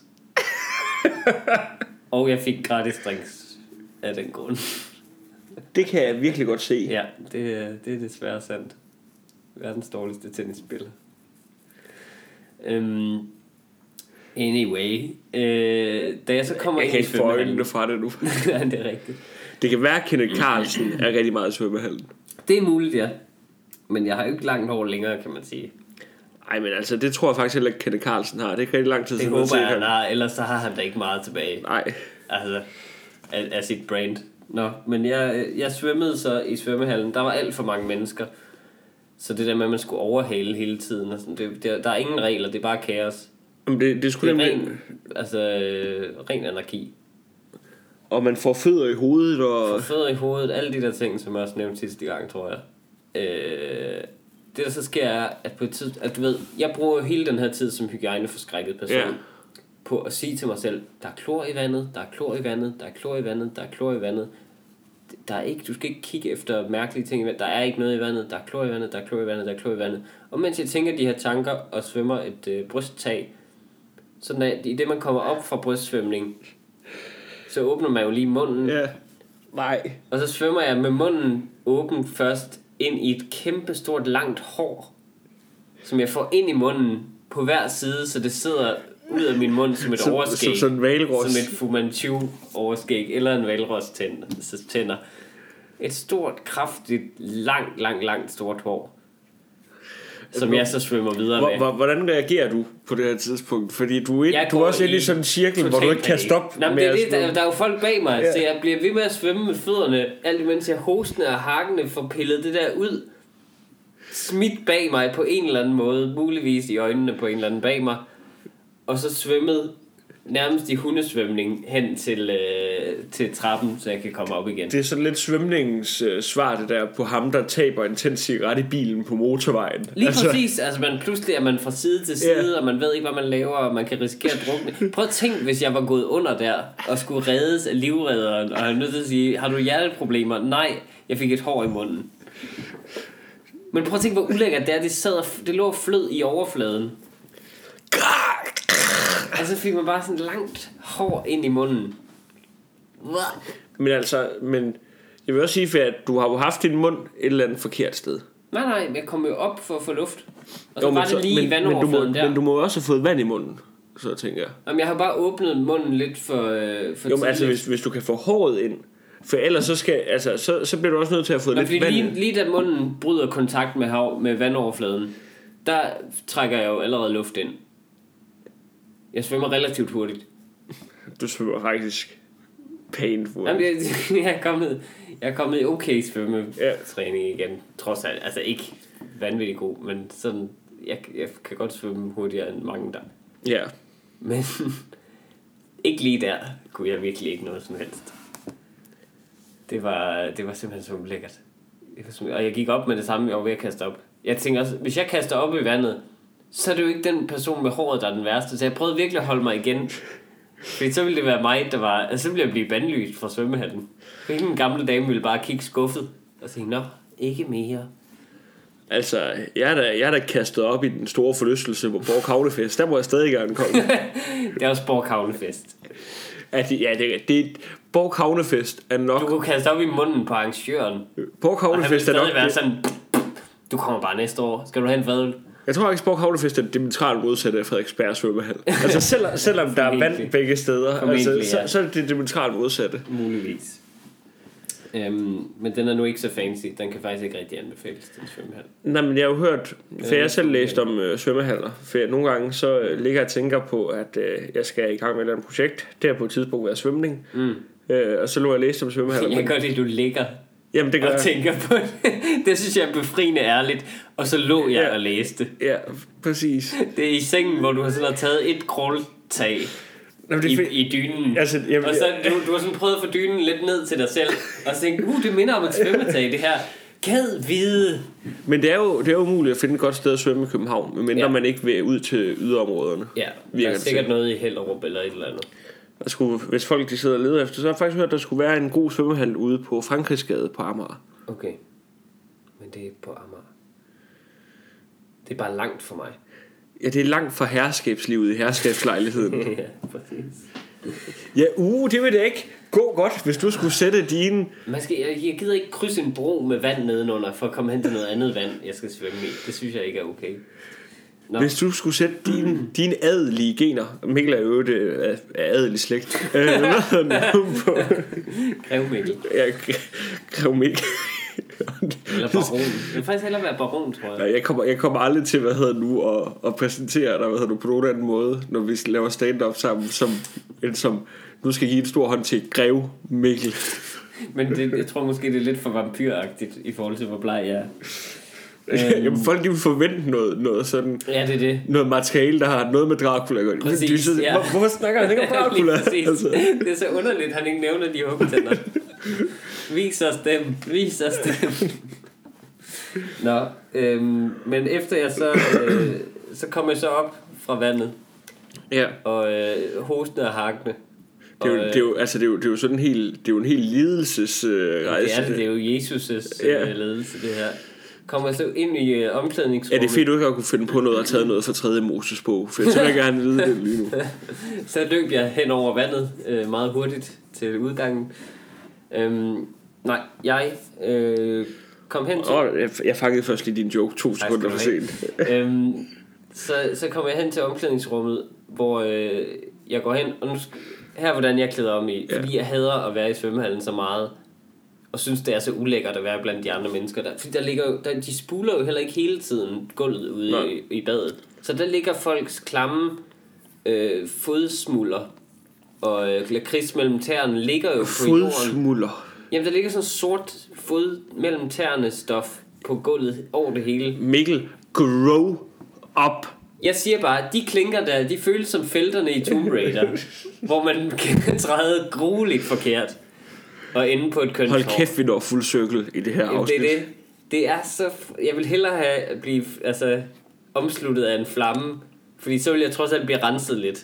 Speaker 1: Og jeg fik gratis drinks af den grund.
Speaker 2: Det kan jeg virkelig godt se.
Speaker 1: Ja, det, det er desværre sandt. Verdens dårligste tennisspiller. Um, anyway. Øh, da jeg så kommer
Speaker 2: jeg
Speaker 1: ind i svømmehallen...
Speaker 2: Jeg kan ikke få øjnene fra det nu.
Speaker 1: Nej, det er rigtigt.
Speaker 2: Det kan være, at Kenneth Carlsen er rigtig meget i svømmehallen.
Speaker 1: Det er muligt, ja. Men jeg har jo ikke langt over længere, kan man sige.
Speaker 2: Nej, men altså, det tror jeg faktisk heller ikke, Kenneth Carlsen har. Det er ikke rigtig lang tid
Speaker 1: det
Speaker 2: siden.
Speaker 1: Det håber jeg, han har. Ellers så har han da ikke meget tilbage.
Speaker 2: Nej.
Speaker 1: Altså, af, af sit brand. Nå, men jeg, jeg svømmede så i svømmehallen. Der var alt for mange mennesker. Så det der med, at man skulle overhale hele tiden. Og sådan, det, det, der er ingen regler, det er bare kaos.
Speaker 2: Jamen det, det, skulle
Speaker 1: det er
Speaker 2: nemlig...
Speaker 1: ren, altså, ren anarki.
Speaker 2: Og man får fødder i hovedet. Og...
Speaker 1: Får fødder i hovedet, alle de der ting, som jeg også nævnte sidste gang, tror jeg. Øh, det der så sker er, at på et tidspunkt, at du ved, jeg bruger hele den her tid som hygiejneforskrækket person. Yeah. På at sige til mig selv, der er klor i vandet, der er klor i vandet, der er klor i vandet, der er klor i vandet. Der er ikke, du skal ikke kigge efter mærkelige ting i vandet. Der er ikke noget i vandet, der er klor i vandet, der er klor i vandet, der er klor i vandet. Og mens jeg tænker de her tanker og svømmer et øh, brysttag, sådan at i det man kommer op fra brystsvømning, så åbner man jo lige munden.
Speaker 2: Ja. Nej.
Speaker 1: Og så svømmer jeg med munden åben først ind i et kæmpe stort langt hår, som jeg får ind i munden på hver side, så det sidder ud af min mund som et som, overskæg.
Speaker 2: Som sådan en hvalros.
Speaker 1: Som et Fu Manchu overskæg, eller en hvalros tænder. Et stort, kraftigt, langt, langt, langt stort hår, som jeg så svømmer videre med.
Speaker 2: Hvordan reagerer du på det her tidspunkt? Fordi du er, du er også inde i sådan en cirkel, hvor du ikke kan stoppe.
Speaker 1: Nå, det er det, der, der er jo folk bag mig, ja. Så jeg bliver ved med at svømme med fødderne, alt imens jeg hostende og hakkende får pillet det der ud, smidt bag mig på en eller anden måde, muligvis i øjnene på en eller anden bag mig, og så svømmet nærmest i hundesvømning hen til, øh, til trappen, så jeg kan komme op igen.
Speaker 2: Det er sådan lidt svømningens øh, svar, det der på ham, der taber en tændt cigaret i bilen på motorvejen.
Speaker 1: Lige altså. Præcis, altså man, pludselig er man fra side til side, yeah. Og man ved ikke, hvad man laver, og man kan risikere at drukne. Prøv at tænke, hvis jeg var gået under der, og skulle reddes af livredderen, og jeg er nødt til at sige, har du hjerteproblemer? Nej, jeg fik et hår i munden. Men prøv at tænke, hvor ulækkert det er, det, sad og, det lå flød i overfladen. Og så fik man bare sådan langt hår ind i munden.
Speaker 2: Men altså, men jeg vil også sige, at du har jo haft din mund et eller andet forkert sted.
Speaker 1: Nej, nej, jeg kom jo op for at få luft. Og så
Speaker 2: jo,
Speaker 1: var det lige i vandoverfladen der.
Speaker 2: Men du må jo også have fået vand i munden, så tænker jeg.
Speaker 1: Jamen, jeg har bare åbnet munden lidt for, øh, for
Speaker 2: jo, men altså, hvis, hvis du kan få håret ind, for ellers så, skal, altså, så, så bliver du også nødt til at få
Speaker 1: Nå,
Speaker 2: lidt vand.
Speaker 1: Lige, lige da munden bryder kontakt med, hav, med vandoverfladen, der trækker jeg jo allerede luft ind. Jeg svømmer relativt hurtigt.
Speaker 2: Du svømmer faktisk pænt hurtigt.
Speaker 1: Jamen, jeg, jeg, er kommet, jeg er kommet i okay svømmetræning igen. Trods alt. Altså ikke vanvittigt god, men sådan, jeg, jeg kan godt svømme hurtigere end mange der.
Speaker 2: Ja.
Speaker 1: Men ikke lige der kunne jeg virkelig ikke noget som helst. Det var, det var simpelthen så ulækkert. Og jeg gik op med det samme, jeg var ved at kaste op. Jeg tænker også, hvis jeg kaster op i vandet, så er det jo ikke den person med håret, der er den værste. Så jeg prøvede virkelig at holde mig igen. Fordi så ville det være mig, der var... Altså så ville jeg blive bandlyst fra svømmehallen. Fordi en gammel dame ville bare kigge skuffet og sige, nå, ikke mere.
Speaker 2: Altså, jeg er da, jeg er da kastet op i den store forlystelse på Borg Havnefest. Der må jeg stadig gerne komme.
Speaker 1: Det er også Borg Havnefest.
Speaker 2: At, ja, det, det Borg Havnefest er nok...
Speaker 1: Du kunne kaste op i munden på arrangøren.
Speaker 2: Borg Havnefest er nok...
Speaker 1: Og han ville stadig være sådan... Du kommer bare næste år. Skal du have en fadøl?
Speaker 2: Jeg tror ikke, Borg Havnefest er det diametralt modsatte af Frederiksberg svømmehal. Altså selv, selvom der er vand begge steder, altså, ja. så, så er det det diametralt modsatte.
Speaker 1: Muligvis. Øhm, men den er nu ikke så fancy. Den kan faktisk ikke rigtig anbefales, den svømmehal.
Speaker 2: Nej, men jeg har jo hørt, for jeg har selv læst om øh, svømmehaller. For nogle gange så øh, ligger jeg og tænker på, at øh, jeg skal i gang med et eller andet projekt. Det er på et tidspunkt være svømning. Mm. Øh, og så lå jeg og læste om svømmehaller.
Speaker 1: Jeg gør det, du ligger.
Speaker 2: Jamen, det gør
Speaker 1: og
Speaker 2: jeg.
Speaker 1: tænker på det. Det synes jeg er befriende ærligt. Og så lå jeg
Speaker 2: ja.
Speaker 1: og læste.
Speaker 2: Ja, præcis.
Speaker 1: Det er i sengen, hvor du har sådan taget et krøltag i, i dynen.
Speaker 2: Altså, jamen,
Speaker 1: og så du, du har sådan prøvet at få dynen lidt ned til dig selv. Og så tænkte uh, det minder om et svømmetag, det her. Gad vide.
Speaker 2: Men det er jo, det er jo umuligt at finde et godt sted at svømme i København, medmindre ja. man ikke vil ud til yderområderne.
Speaker 1: Ja, der er sikkert til. Noget i Hellerup eller et eller andet.
Speaker 2: Der skulle, hvis folk de sidder og leder efter, så har jeg faktisk hørt, at der skulle være en god svømmehal ude på Frankrigsgade på Amager.
Speaker 1: Okay. Men det er på Amager. Det er bare langt for mig.
Speaker 2: Ja, det er langt fra herskabslivet i herskabslejligheden.
Speaker 1: Ja, præcis.
Speaker 2: Ja, uh, det ved det ikke. gå godt, hvis du skulle sætte dine...
Speaker 1: Man skal, jeg, jeg gider ikke krydse en bro med vand nedenunder, for at komme hen til noget andet vand, jeg skal svømme i. Det synes jeg ikke er okay. Nå.
Speaker 2: Hvis du skulle sætte dine, dine adelige gener... Mikkel er jo det af, af adelig slægt. Hvad hedder det på?
Speaker 1: Grev Mikkel.
Speaker 2: Ja, Grev Mikkel.
Speaker 1: Eller baron. Det vil faktisk hellere være baron, tror jeg.
Speaker 2: Nej, jeg kommer, jeg kommer aldrig til, hvad hedder nu, at, at præsentere dig, hvad hedder du, på nogen anden måde, når vi laver stand-up sammen, som en som... Nu skal jeg give en stor hånd til Grev Mikkel.
Speaker 1: Men det, jeg tror måske, det er lidt for vampyragtigt i forhold til, hvor bleg jeg er.
Speaker 2: Jamen, folk de vil forvente noget, noget sådan...
Speaker 1: Ja, det er det.
Speaker 2: Noget materiale, der har noget med Dracula at gøre.
Speaker 1: Præcis,
Speaker 2: de sidder,
Speaker 1: ja.
Speaker 2: Hvor, hvorfor snakker han ikke om Dracula?
Speaker 1: Altså. Det er så underligt, han ikke nævner de huggetænder. Vis os dem. Vis os dem. Nå, øhm, men efter jeg så... Øh, så kom jeg så op fra vandet.
Speaker 2: Ja.
Speaker 1: Og øh, hostende og hakkende.
Speaker 2: Det er, jo, det, er jo, altså det, er jo, det er jo sådan en helt, det er jo en helt lidelsesrejse. Øh,
Speaker 1: ja, det er det, det er jo Jesus'
Speaker 2: ja.
Speaker 1: øh, ledelse, det her. Kommer så ind i øh, omklædningsrummet.
Speaker 2: Ja, det er fedt, du ikke har kunne finde på noget og taget noget fra tredje Moses bog, for jeg tror, jeg gerne vide det lige nu.
Speaker 1: Så løb jeg hen over vandet øh, meget hurtigt til udgangen. Øhm, nej, jeg øh, kom hen til...
Speaker 2: Oh, jeg, jeg fangede først lige din joke to sekunder for sent.
Speaker 1: øhm, så, så kom jeg hen til omklædningsrummet, hvor øh, jeg går hen, og nu sk- her hvordan jeg klæder om i, ja. Fordi jeg hader at være i svømmehallen så meget, og synes det er så ulækkert at være blandt de andre mennesker der, fordi der ligger jo, der, de spuler jo heller ikke hele tiden gulvet ude i, i badet, så der ligger folks klamme øh, fodsmulder og øh, lakrids mellem tæerne ligger jo på jorden.
Speaker 2: Fodsmulder?
Speaker 1: Jamen der ligger sådan sort fod mellem tæerne stof på gulvet over det hele.
Speaker 2: Mikkel, grow up.
Speaker 1: Jeg siger bare, de klinker der, de føles som felterne i Tomb Raider, hvor man kan træde grueligt forkert og ende på et kønshår.
Speaker 2: Hold kæft, vi når fuld cirkel i det her
Speaker 1: Jamen,
Speaker 2: afsnit.
Speaker 1: Det er det. Det er så... Jeg vil hellere have blive altså, omsluttet af en flamme, fordi så vil jeg trods alt blive renset lidt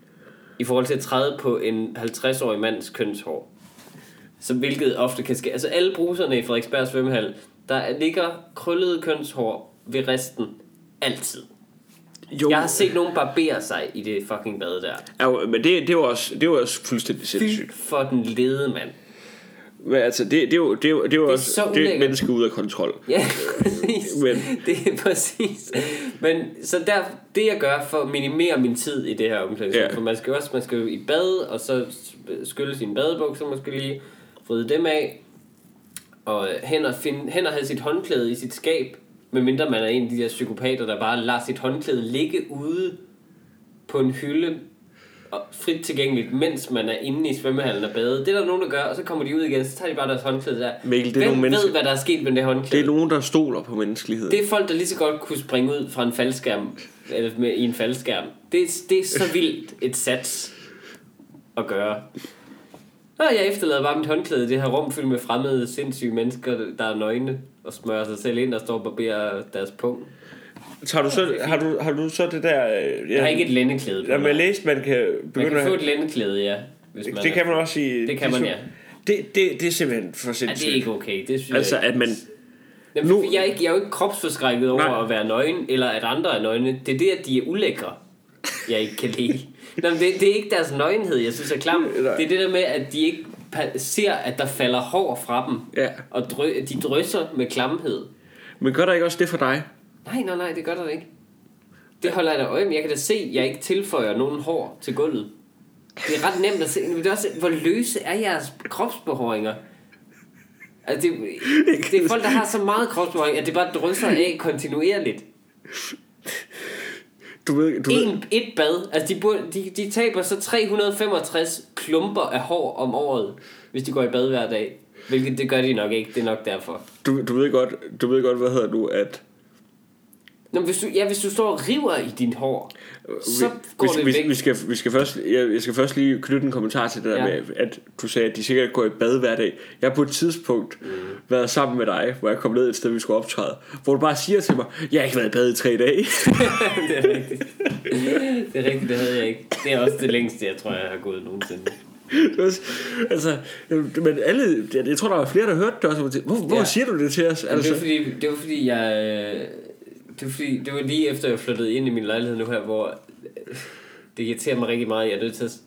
Speaker 1: i forhold til at træde på en halvtreds-årig mands kønshår. Så hvilket ofte kan ske. Altså alle bruserne i Frederiksberg svømmehal, der ligger krøllede kønshår ved resten altid. Jo. Jeg har set nogen barbere sig i det fucking bad der.
Speaker 2: Ja, men det, det var også, det var også fuldstændig sindssygt.
Speaker 1: Fy for den lede mand.
Speaker 2: Men altså, det, det, var, det, var, det var
Speaker 1: det
Speaker 2: også det menneske ude af kontrol.
Speaker 1: Ja, præcis. Men. Det er præcis. Men så der, det jeg gør for at minimere min tid i det her omklædningsrum, ja. For man skal også, man skal jo i bad, og så skylle sine badebukser, man skal lige vride dem af, og hen og, finde, hen og have sit håndklæde i sit skab, medmindre man er en af de der psykopater, der bare lader sit håndklæde ligge ude på en hylde, og frit tilgængeligt, mens man er inde i svømmehallen og bade. Det er der nogen, der gør, og så kommer de ud igen, så tager de bare deres håndklæde der.
Speaker 2: Mikkel, det er
Speaker 1: Hvem
Speaker 2: nogle
Speaker 1: ved, hvad der er sket med det håndklæde?
Speaker 2: Det er nogen, der stoler på menneskeligheden.
Speaker 1: Det er folk, der lige så godt kunne springe ud fra en faldskærm, eller med, i en faldskærm. Det, det er så vildt et sats at gøre. Nå, jeg efterlader bare mit håndklæde i det her rum fyldt med fremmede, sindssyge mennesker, der er nøgne og smører sig selv ind og står og barberer deres pung.
Speaker 2: Tager du så, har, du, har du så det der... Jeg,
Speaker 1: jeg har ikke et lændeklæde på.
Speaker 2: Jamen, jeg læste, man kan begynde
Speaker 1: Man kan få et lændeklæde, ja. Hvis man
Speaker 2: det kan man også sige.
Speaker 1: Det kan man, ja.
Speaker 2: Det, det, det er simpelthen for sindssygt.
Speaker 1: Ja, det er ikke okay. Det synes
Speaker 2: altså,
Speaker 1: jeg
Speaker 2: at man...
Speaker 1: Jamen, nu, jeg, er ikke, jeg er jo ikke kropsforskrækket over Nej. At være nøgen, eller at andre er nøgne. Det er det, at de er ulækre, jeg ikke kan lide. Nå, det, det er ikke deres nøgenhed, jeg synes er klam. Det er det der med, at de ikke ser, at der falder hår fra dem,
Speaker 2: ja.
Speaker 1: Og drø, de drysser med klamhed.
Speaker 2: Men gør der ikke også det for dig?
Speaker 1: Nej, nej, nej, det gør der ikke. Det holder jeg da øje med. Jeg kan da se, at jeg ikke tilføjer nogen hår til gulvet. Det er ret nemt at se. Men det er også, hvor løse er jeres kropsbehåringer? Altså, det, det er folk, der har så meget kropsbehåring, at det bare drysser af kontinuerligt.
Speaker 2: Du ved, du
Speaker 1: en,
Speaker 2: ved.
Speaker 1: Et bad. Altså, de, de, de taber så tre hundrede og femogtres klumper af hår om året, hvis de går i bad hver dag. Hvilket det gør de nok ikke. Det er nok derfor.
Speaker 2: Du, du ved godt, du ved godt, hvad hedder du, at...
Speaker 1: Nå, hvis du, ja, hvis du står og river i dit hår, så
Speaker 2: vi,
Speaker 1: går
Speaker 2: vi,
Speaker 1: det
Speaker 2: vi,
Speaker 1: væk.
Speaker 2: Vi skal, vi skal først, jeg, jeg skal først lige knytte en kommentar til det der ja. Med, at du sagde, at de sikkert går i bad hver dag. Jeg har på et tidspunkt mm. været sammen med dig, hvor jeg kom ned et sted, vi skulle optræde, hvor du bare siger til mig, jeg har ikke været i bad i tre dage.
Speaker 1: Det er rigtigt. Det er rigtigt, det havde jeg ikke. Det er også det længste, jeg tror, jeg har gået nogensinde.
Speaker 2: Altså, men alle, jeg tror der var flere der hørte det også. Hvor, hvor ja. Siger du det til os? Altså?
Speaker 1: Det var fordi, det var fordi jeg det var fordi det var lige efter jeg flyttede ind i min lejlighed nu her, hvor det irriterer mig rigtig meget. Jeg er nødt til at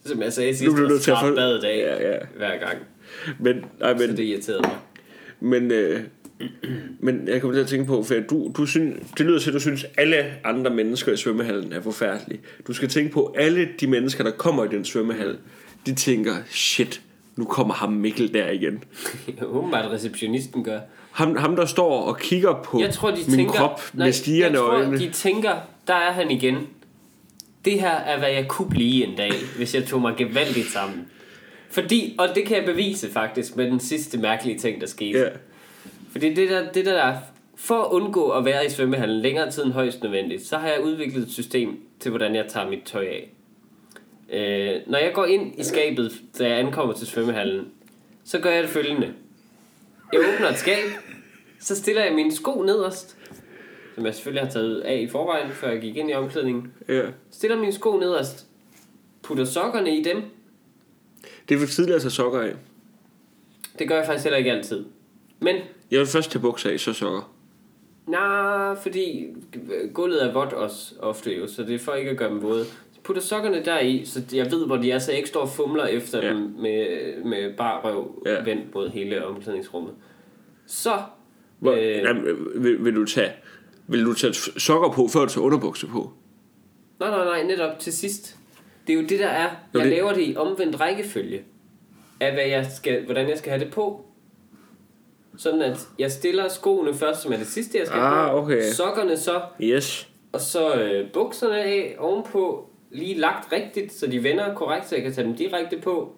Speaker 1: Som jeg sagde sidst, at starte badet af ja, ja. hver gang.
Speaker 2: Men, nej, men,
Speaker 1: så det irriterede mig.
Speaker 2: Men, øh, men jeg kommer til at tænke på, for du, du synes, det lyder til, at du synes, at alle andre mennesker i svømmehallen er forfærdelige. Du skal tænke på, at alle de mennesker, der kommer i den svømmehal, de tænker, shit, nu kommer ham Mikkel der igen.
Speaker 1: Åbenbart receptionisten gør.
Speaker 2: Ham, ham der står og kigger på jeg tror, de min tænker, krop nej, med stigende øjne. Jeg
Speaker 1: tror, de tænker, der er han igen. Det her er, hvad jeg kunne blive en dag, hvis jeg tog mig gevaldigt sammen. Fordi, og det kan jeg bevise faktisk med den sidste mærkelige ting, der skete. Yeah. Fordi det der, det der er, for at undgå at være i svømmehallen længere tid end højst nødvendigt, så har jeg udviklet et system til, hvordan jeg tager mit tøj af. Øh, når jeg går ind i skabet, da jeg ankommer til svømmehallen, så gør jeg det følgende. Jeg åbner et skab, så stiller jeg mine sko nederst, som jeg selvfølgelig har taget af i forvejen, før jeg gik ind i omklædningen. Yeah. Stiller mine sko nederst, putter sokkerne i dem.
Speaker 2: Det er for tidligt at tage sokker af.
Speaker 1: Det gør jeg faktisk heller ikke altid. Men
Speaker 2: jeg vil først tage bukser af, så sokker.
Speaker 1: Nej, fordi gulvet er vådt også ofte jo, så det er for ikke at gøre dem våde. Så putter sokkerne der i, så jeg ved, hvor de er, så jeg ikke står og fumler efter ja. dem med, med bar røv ja. vendt mod hele omklædningsrummet. Så
Speaker 2: hvor, øh, jamen, vil, vil, du tage, vil du tage sokker på, før du tager underbukser på?
Speaker 1: Nej, nej, nej, netop til sidst. Det er jo det, der er. Jeg det... laver det i omvendt rækkefølge af, hvad jeg skal, hvordan jeg skal have det på. Sådan at jeg stiller skoene først, som er det sidste, jeg skal
Speaker 2: ah,
Speaker 1: have på.
Speaker 2: Okay.
Speaker 1: Sokkerne så.
Speaker 2: Yes.
Speaker 1: Og så øh, bukserne af ovenpå. Lige lagt rigtigt, så de vender korrekt, så jeg kan tage dem direkte på.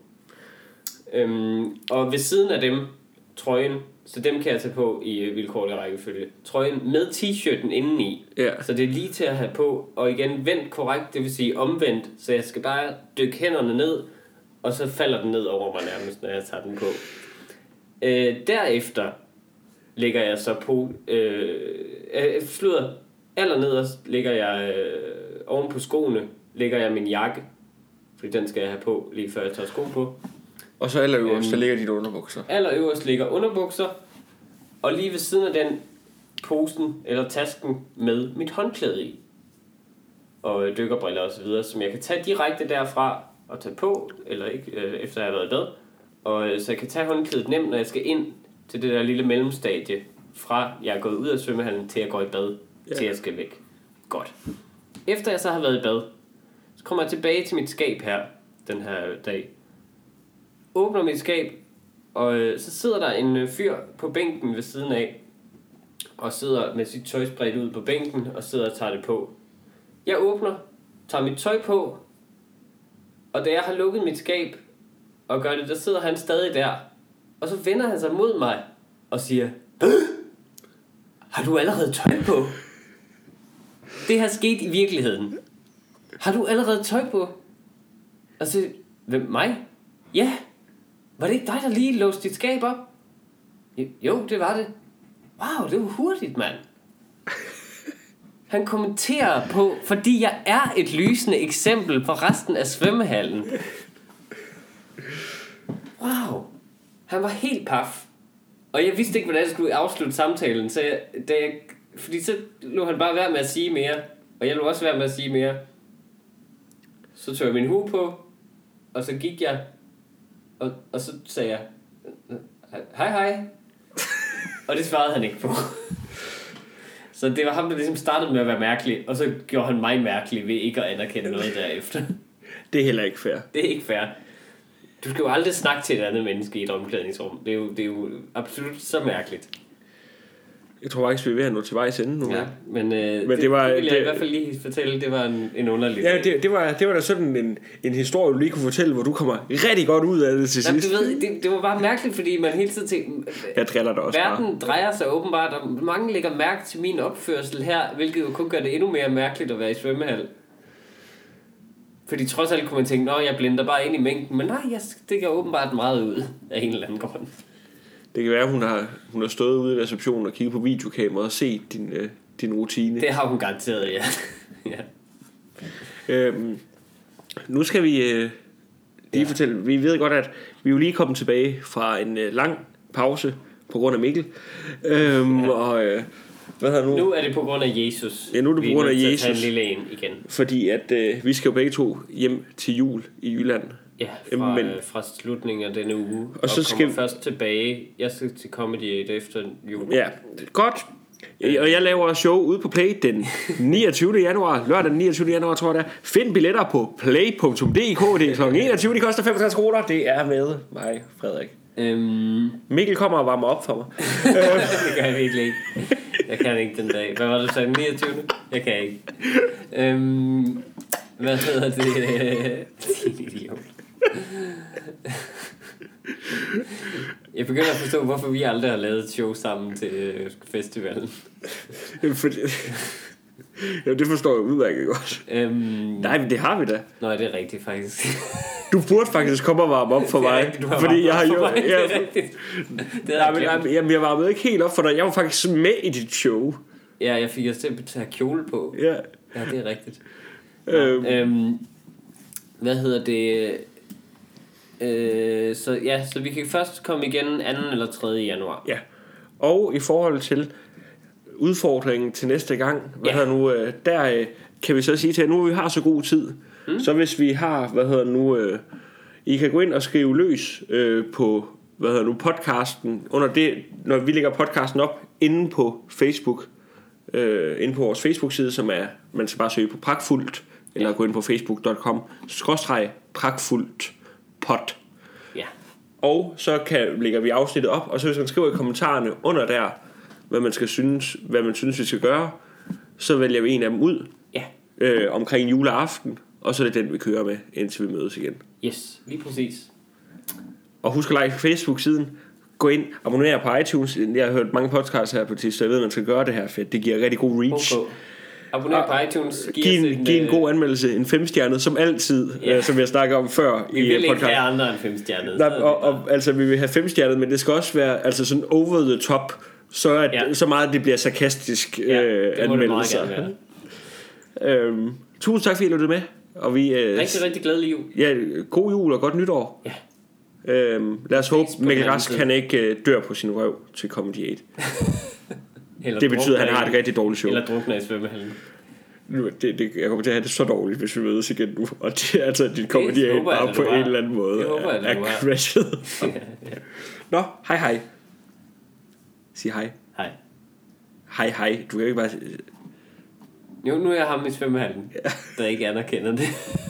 Speaker 1: Øhm, og ved siden af dem, trøjen. Så dem kan jeg tage på i øh, vilkårlig rækkefølge. Trøjen med t-shirten indeni.
Speaker 2: Yeah.
Speaker 1: Så det er lige til at have på. Og igen vendt korrekt, det vil sige omvendt. Så jeg skal bare dykke hænderne ned. Og så falder den ned over mig nærmest, når jeg tager den på. Øh, derefter lægger jeg så på øh, øh, slutter allernederst lægger jeg øh, oven på skoene lægger jeg min jakke, fordi den skal jeg have på lige før jeg tager sko på.
Speaker 2: Og så allerøverst øhm, der ligger dine underbukser.
Speaker 1: Allerøverst ligger underbukser, og lige ved siden af den posen eller tasken med mit håndklæde i og dykkerbriller og så videre, som jeg kan tage direkte derfra og tage på eller ikke øh, efter jeg har været i bad. Og så jeg kan tage håndklædet nemt, når jeg skal ind til det der lille mellemstadie, fra jeg er gået ud af svømmehallen, til jeg går i bad, yeah. til jeg skal væk. Godt. Efter jeg så har været i bad, så kommer jeg tilbage til mit skab her, den her dag. Åbner mit skab, og så sidder der en fyr på bænken ved siden af, og sidder med sit tøj spredt ud på bænken, og sidder og tager det på. Jeg åbner, tager mit tøj på, og da jeg har lukket mit skab, og gør det, der sidder han stadig der. Og så vender han sig mod mig og siger, har du allerede tøj på? Det har sket i virkeligheden. Har du allerede tøj på? Og så, hvem, mig? Ja. Var det ikke dig, der lige låste dit skab op? Jo, det var det. Wow, det var hurtigt, mand. Han kommenterer på, fordi jeg er et lysende eksempel for resten af svømmehallen. Wow. Han var helt paf. Og jeg vidste ikke, hvordan jeg skulle afslutte samtalen. Så jeg, da jeg, fordi så lå han bare være med at sige mere. Og jeg lå også være med at sige mere. Så tog jeg min hue på. Og så gik jeg. Og, og så sagde jeg, hej hej. Og det svarede han ikke på. Så det var ham, der ligesom startede med at være mærkelig. Og så gjorde han mig mærkelig ved ikke at anerkende noget derefter.
Speaker 2: Det er heller ikke fair.
Speaker 1: Det er ikke fair. Du skal jo aldrig snakke til et andet menneske i et omklædningsrum. Det er jo, det er jo absolut så mærkeligt.
Speaker 2: Jeg tror faktisk, vi er ved at nå til vejs ende nu.
Speaker 1: Ja, men, øh, men det,
Speaker 2: det, var,
Speaker 1: det vil jeg
Speaker 2: det,
Speaker 1: i hvert fald lige fortælle, det var en, en underlig.
Speaker 2: Ja, det, det, var, det var da sådan en, en historie, du lige kunne fortælle, hvor du kommer rigtig godt ud af det til
Speaker 1: Jamen,
Speaker 2: sidst.
Speaker 1: Du ved, det, det var bare mærkeligt, fordi man hele tiden tænkte,
Speaker 2: jeg driller dig også
Speaker 1: verden
Speaker 2: bare.
Speaker 1: drejer sig åbenbart, og mange lægger mærke til min opførsel her, hvilket jo kun gør det endnu mere mærkeligt at være i svømmehal. Fordi trods alt kunne man tænke, nå, jeg blinder bare ind i mængden, men nej, jeg stikker åbenbart meget ud af en eller anden grund.
Speaker 2: Det kan være, at hun har, hun har stået ude i receptionen og kigget på videokameraet og set din, øh, din rutine.
Speaker 1: Det har hun garanteret, ja. ja.
Speaker 2: Øhm, nu skal vi øh, lige ja. fortælle, vi ved godt, at vi er jo lige kommet tilbage fra en øh, lang pause på grund af Mikkel. Øhm, ja. og, øh, hvad hedder nu?
Speaker 1: Nu er det på grund af Jesus.
Speaker 2: Ja, nu er det på grund af
Speaker 1: Vi er nødt
Speaker 2: Jesus.
Speaker 1: til at tage en lille en igen.
Speaker 2: Fordi at øh, vi skal jo begge to hjem til jul i Jylland.
Speaker 1: Ja, fra,
Speaker 2: Men,
Speaker 1: øh, fra slutningen af denne uge. Og,
Speaker 2: og så
Speaker 1: kommer
Speaker 2: skal
Speaker 1: først tilbage. Jeg skal til Comedy eight efter jul.
Speaker 2: Ja, godt. Og jeg laver show ude på Play den niogtyvende januar. Lørdag den niogtyvende januar, tror jeg det er. Find billetter på play punktum d k. Det er klokken enogtyve. De koster femogtres kroner. Det er med mig, Frederik.
Speaker 1: Øhm,
Speaker 2: Mikkel kommer og varmer op for mig.
Speaker 1: det kan jeg virkelig ikke. Jeg kan ikke den dag. Hvad var det, du sagde? niogtyvende? Jeg kan ikke. Øhm, hvad hedder det? Din idiot. Jeg begynder at forstå, hvorfor vi aldrig har lavet et show sammen til øh, festivalen.
Speaker 2: Fordi... Ja, det forstår jeg udmærket godt.
Speaker 1: Øhm,
Speaker 2: Nej, men det har vi da.
Speaker 1: Nå, det er rigtigt faktisk.
Speaker 2: Du burde faktisk komme og varme op for mig.
Speaker 1: Rigtigt,
Speaker 2: fordi jeg har jo...
Speaker 1: mig,
Speaker 2: Jeg,
Speaker 1: det er rigtigt. Det er
Speaker 2: nej, men, nej, jamen, jeg varmede ikke helt op for dig. Jeg var faktisk med i dit show.
Speaker 1: Ja, jeg fik også til at tage kjole på.
Speaker 2: Ja.
Speaker 1: Ja, det er rigtigt.
Speaker 2: Øhm.
Speaker 1: Øhm, hvad hedder det? Øh, så ja, så vi kan først komme igen anden eller tredje januar.
Speaker 2: Ja. Og i forhold til udfordringen til næste gang, hvad
Speaker 1: Ja.
Speaker 2: hedder nu, øh, der øh, kan vi så sige til, at nu vi har så god tid, mm. så hvis vi har, hvad hedder nu, øh, I kan gå ind og skrive løs øh, på, hvad hedder nu, podcasten, under det, når vi lægger podcasten op, inde på Facebook, øh, inde på vores Facebook-side, som er, man skal bare søge på Pragtfuldt, eller ja. gå ind på facebook punktum com skråstreg pragtfuldt pod.
Speaker 1: Ja.
Speaker 2: Og så kan, lægger vi afsnittet op, og så hvis man skriver i kommentarerne under der, hvad man skal synes, hvad man synes vi skal gøre, så vælger vi en af dem ud
Speaker 1: Ja.
Speaker 2: øh, omkring juleaften, og så er det den vi kører med, indtil vi mødes igen.
Speaker 1: Yes, lige præcis.
Speaker 2: Og husk at like Facebook-siden. Gå ind, abonner på iTunes. Jeg har hørt mange podcasts her på det, så jeg ved, at man skal gøre det her, for det giver rigtig god reach.
Speaker 1: Okay. Abonner på iTunes.
Speaker 2: Giv en, en, giv en god anmeldelse, en femstjernet, som altid,
Speaker 1: Ja.
Speaker 2: øh, som jeg snakker om før
Speaker 1: Vi
Speaker 2: i
Speaker 1: vil ikke
Speaker 2: podcast.
Speaker 1: have andre end femstjernet.
Speaker 2: Nej, og, og, altså vi vil have femstjernet, men det skal også være altså sådan over the top, så, at,
Speaker 1: Ja.
Speaker 2: så meget at det bliver sarkastisk
Speaker 1: Ja,
Speaker 2: øh,
Speaker 1: det må det meget
Speaker 2: anmeldelser.
Speaker 1: gerne være.
Speaker 2: øhm, tusind tak fordi I lyttede med, og vi øh,
Speaker 1: Rigtig, rigtig glædelig jul.
Speaker 2: ja, god jul og godt nytår.
Speaker 1: Ja.
Speaker 2: Øhm, lad os håbe
Speaker 1: på
Speaker 2: Mikkel
Speaker 1: den
Speaker 2: Rask
Speaker 1: anden
Speaker 2: han ikke øh, dør på sin røv til Comedy eight.
Speaker 1: Eller
Speaker 2: Det betyder at han
Speaker 1: drukner
Speaker 2: har et
Speaker 1: i-
Speaker 2: rigtig dårligt show.
Speaker 1: Eller drukner i svømmehallen.
Speaker 2: Nu, det, det, jeg kommer til at have det så dårligt, hvis vi mødes igen nu. Og det, altså, dit Comedy
Speaker 1: Det
Speaker 2: eight
Speaker 1: håber jeg,
Speaker 2: bare
Speaker 1: at
Speaker 2: på
Speaker 1: du
Speaker 2: en
Speaker 1: har.
Speaker 2: eller anden måde
Speaker 1: Det håber jeg,
Speaker 2: er,
Speaker 1: at du
Speaker 2: er
Speaker 1: har.
Speaker 2: crashet.
Speaker 1: Ja, ja.
Speaker 2: Nå, hej hej. Sig hej.
Speaker 1: Hej.
Speaker 2: Hej hej. Du kan jo ikke bare...
Speaker 1: Jo, nu er jeg ham i svømmehallen, der ikke anerkender det.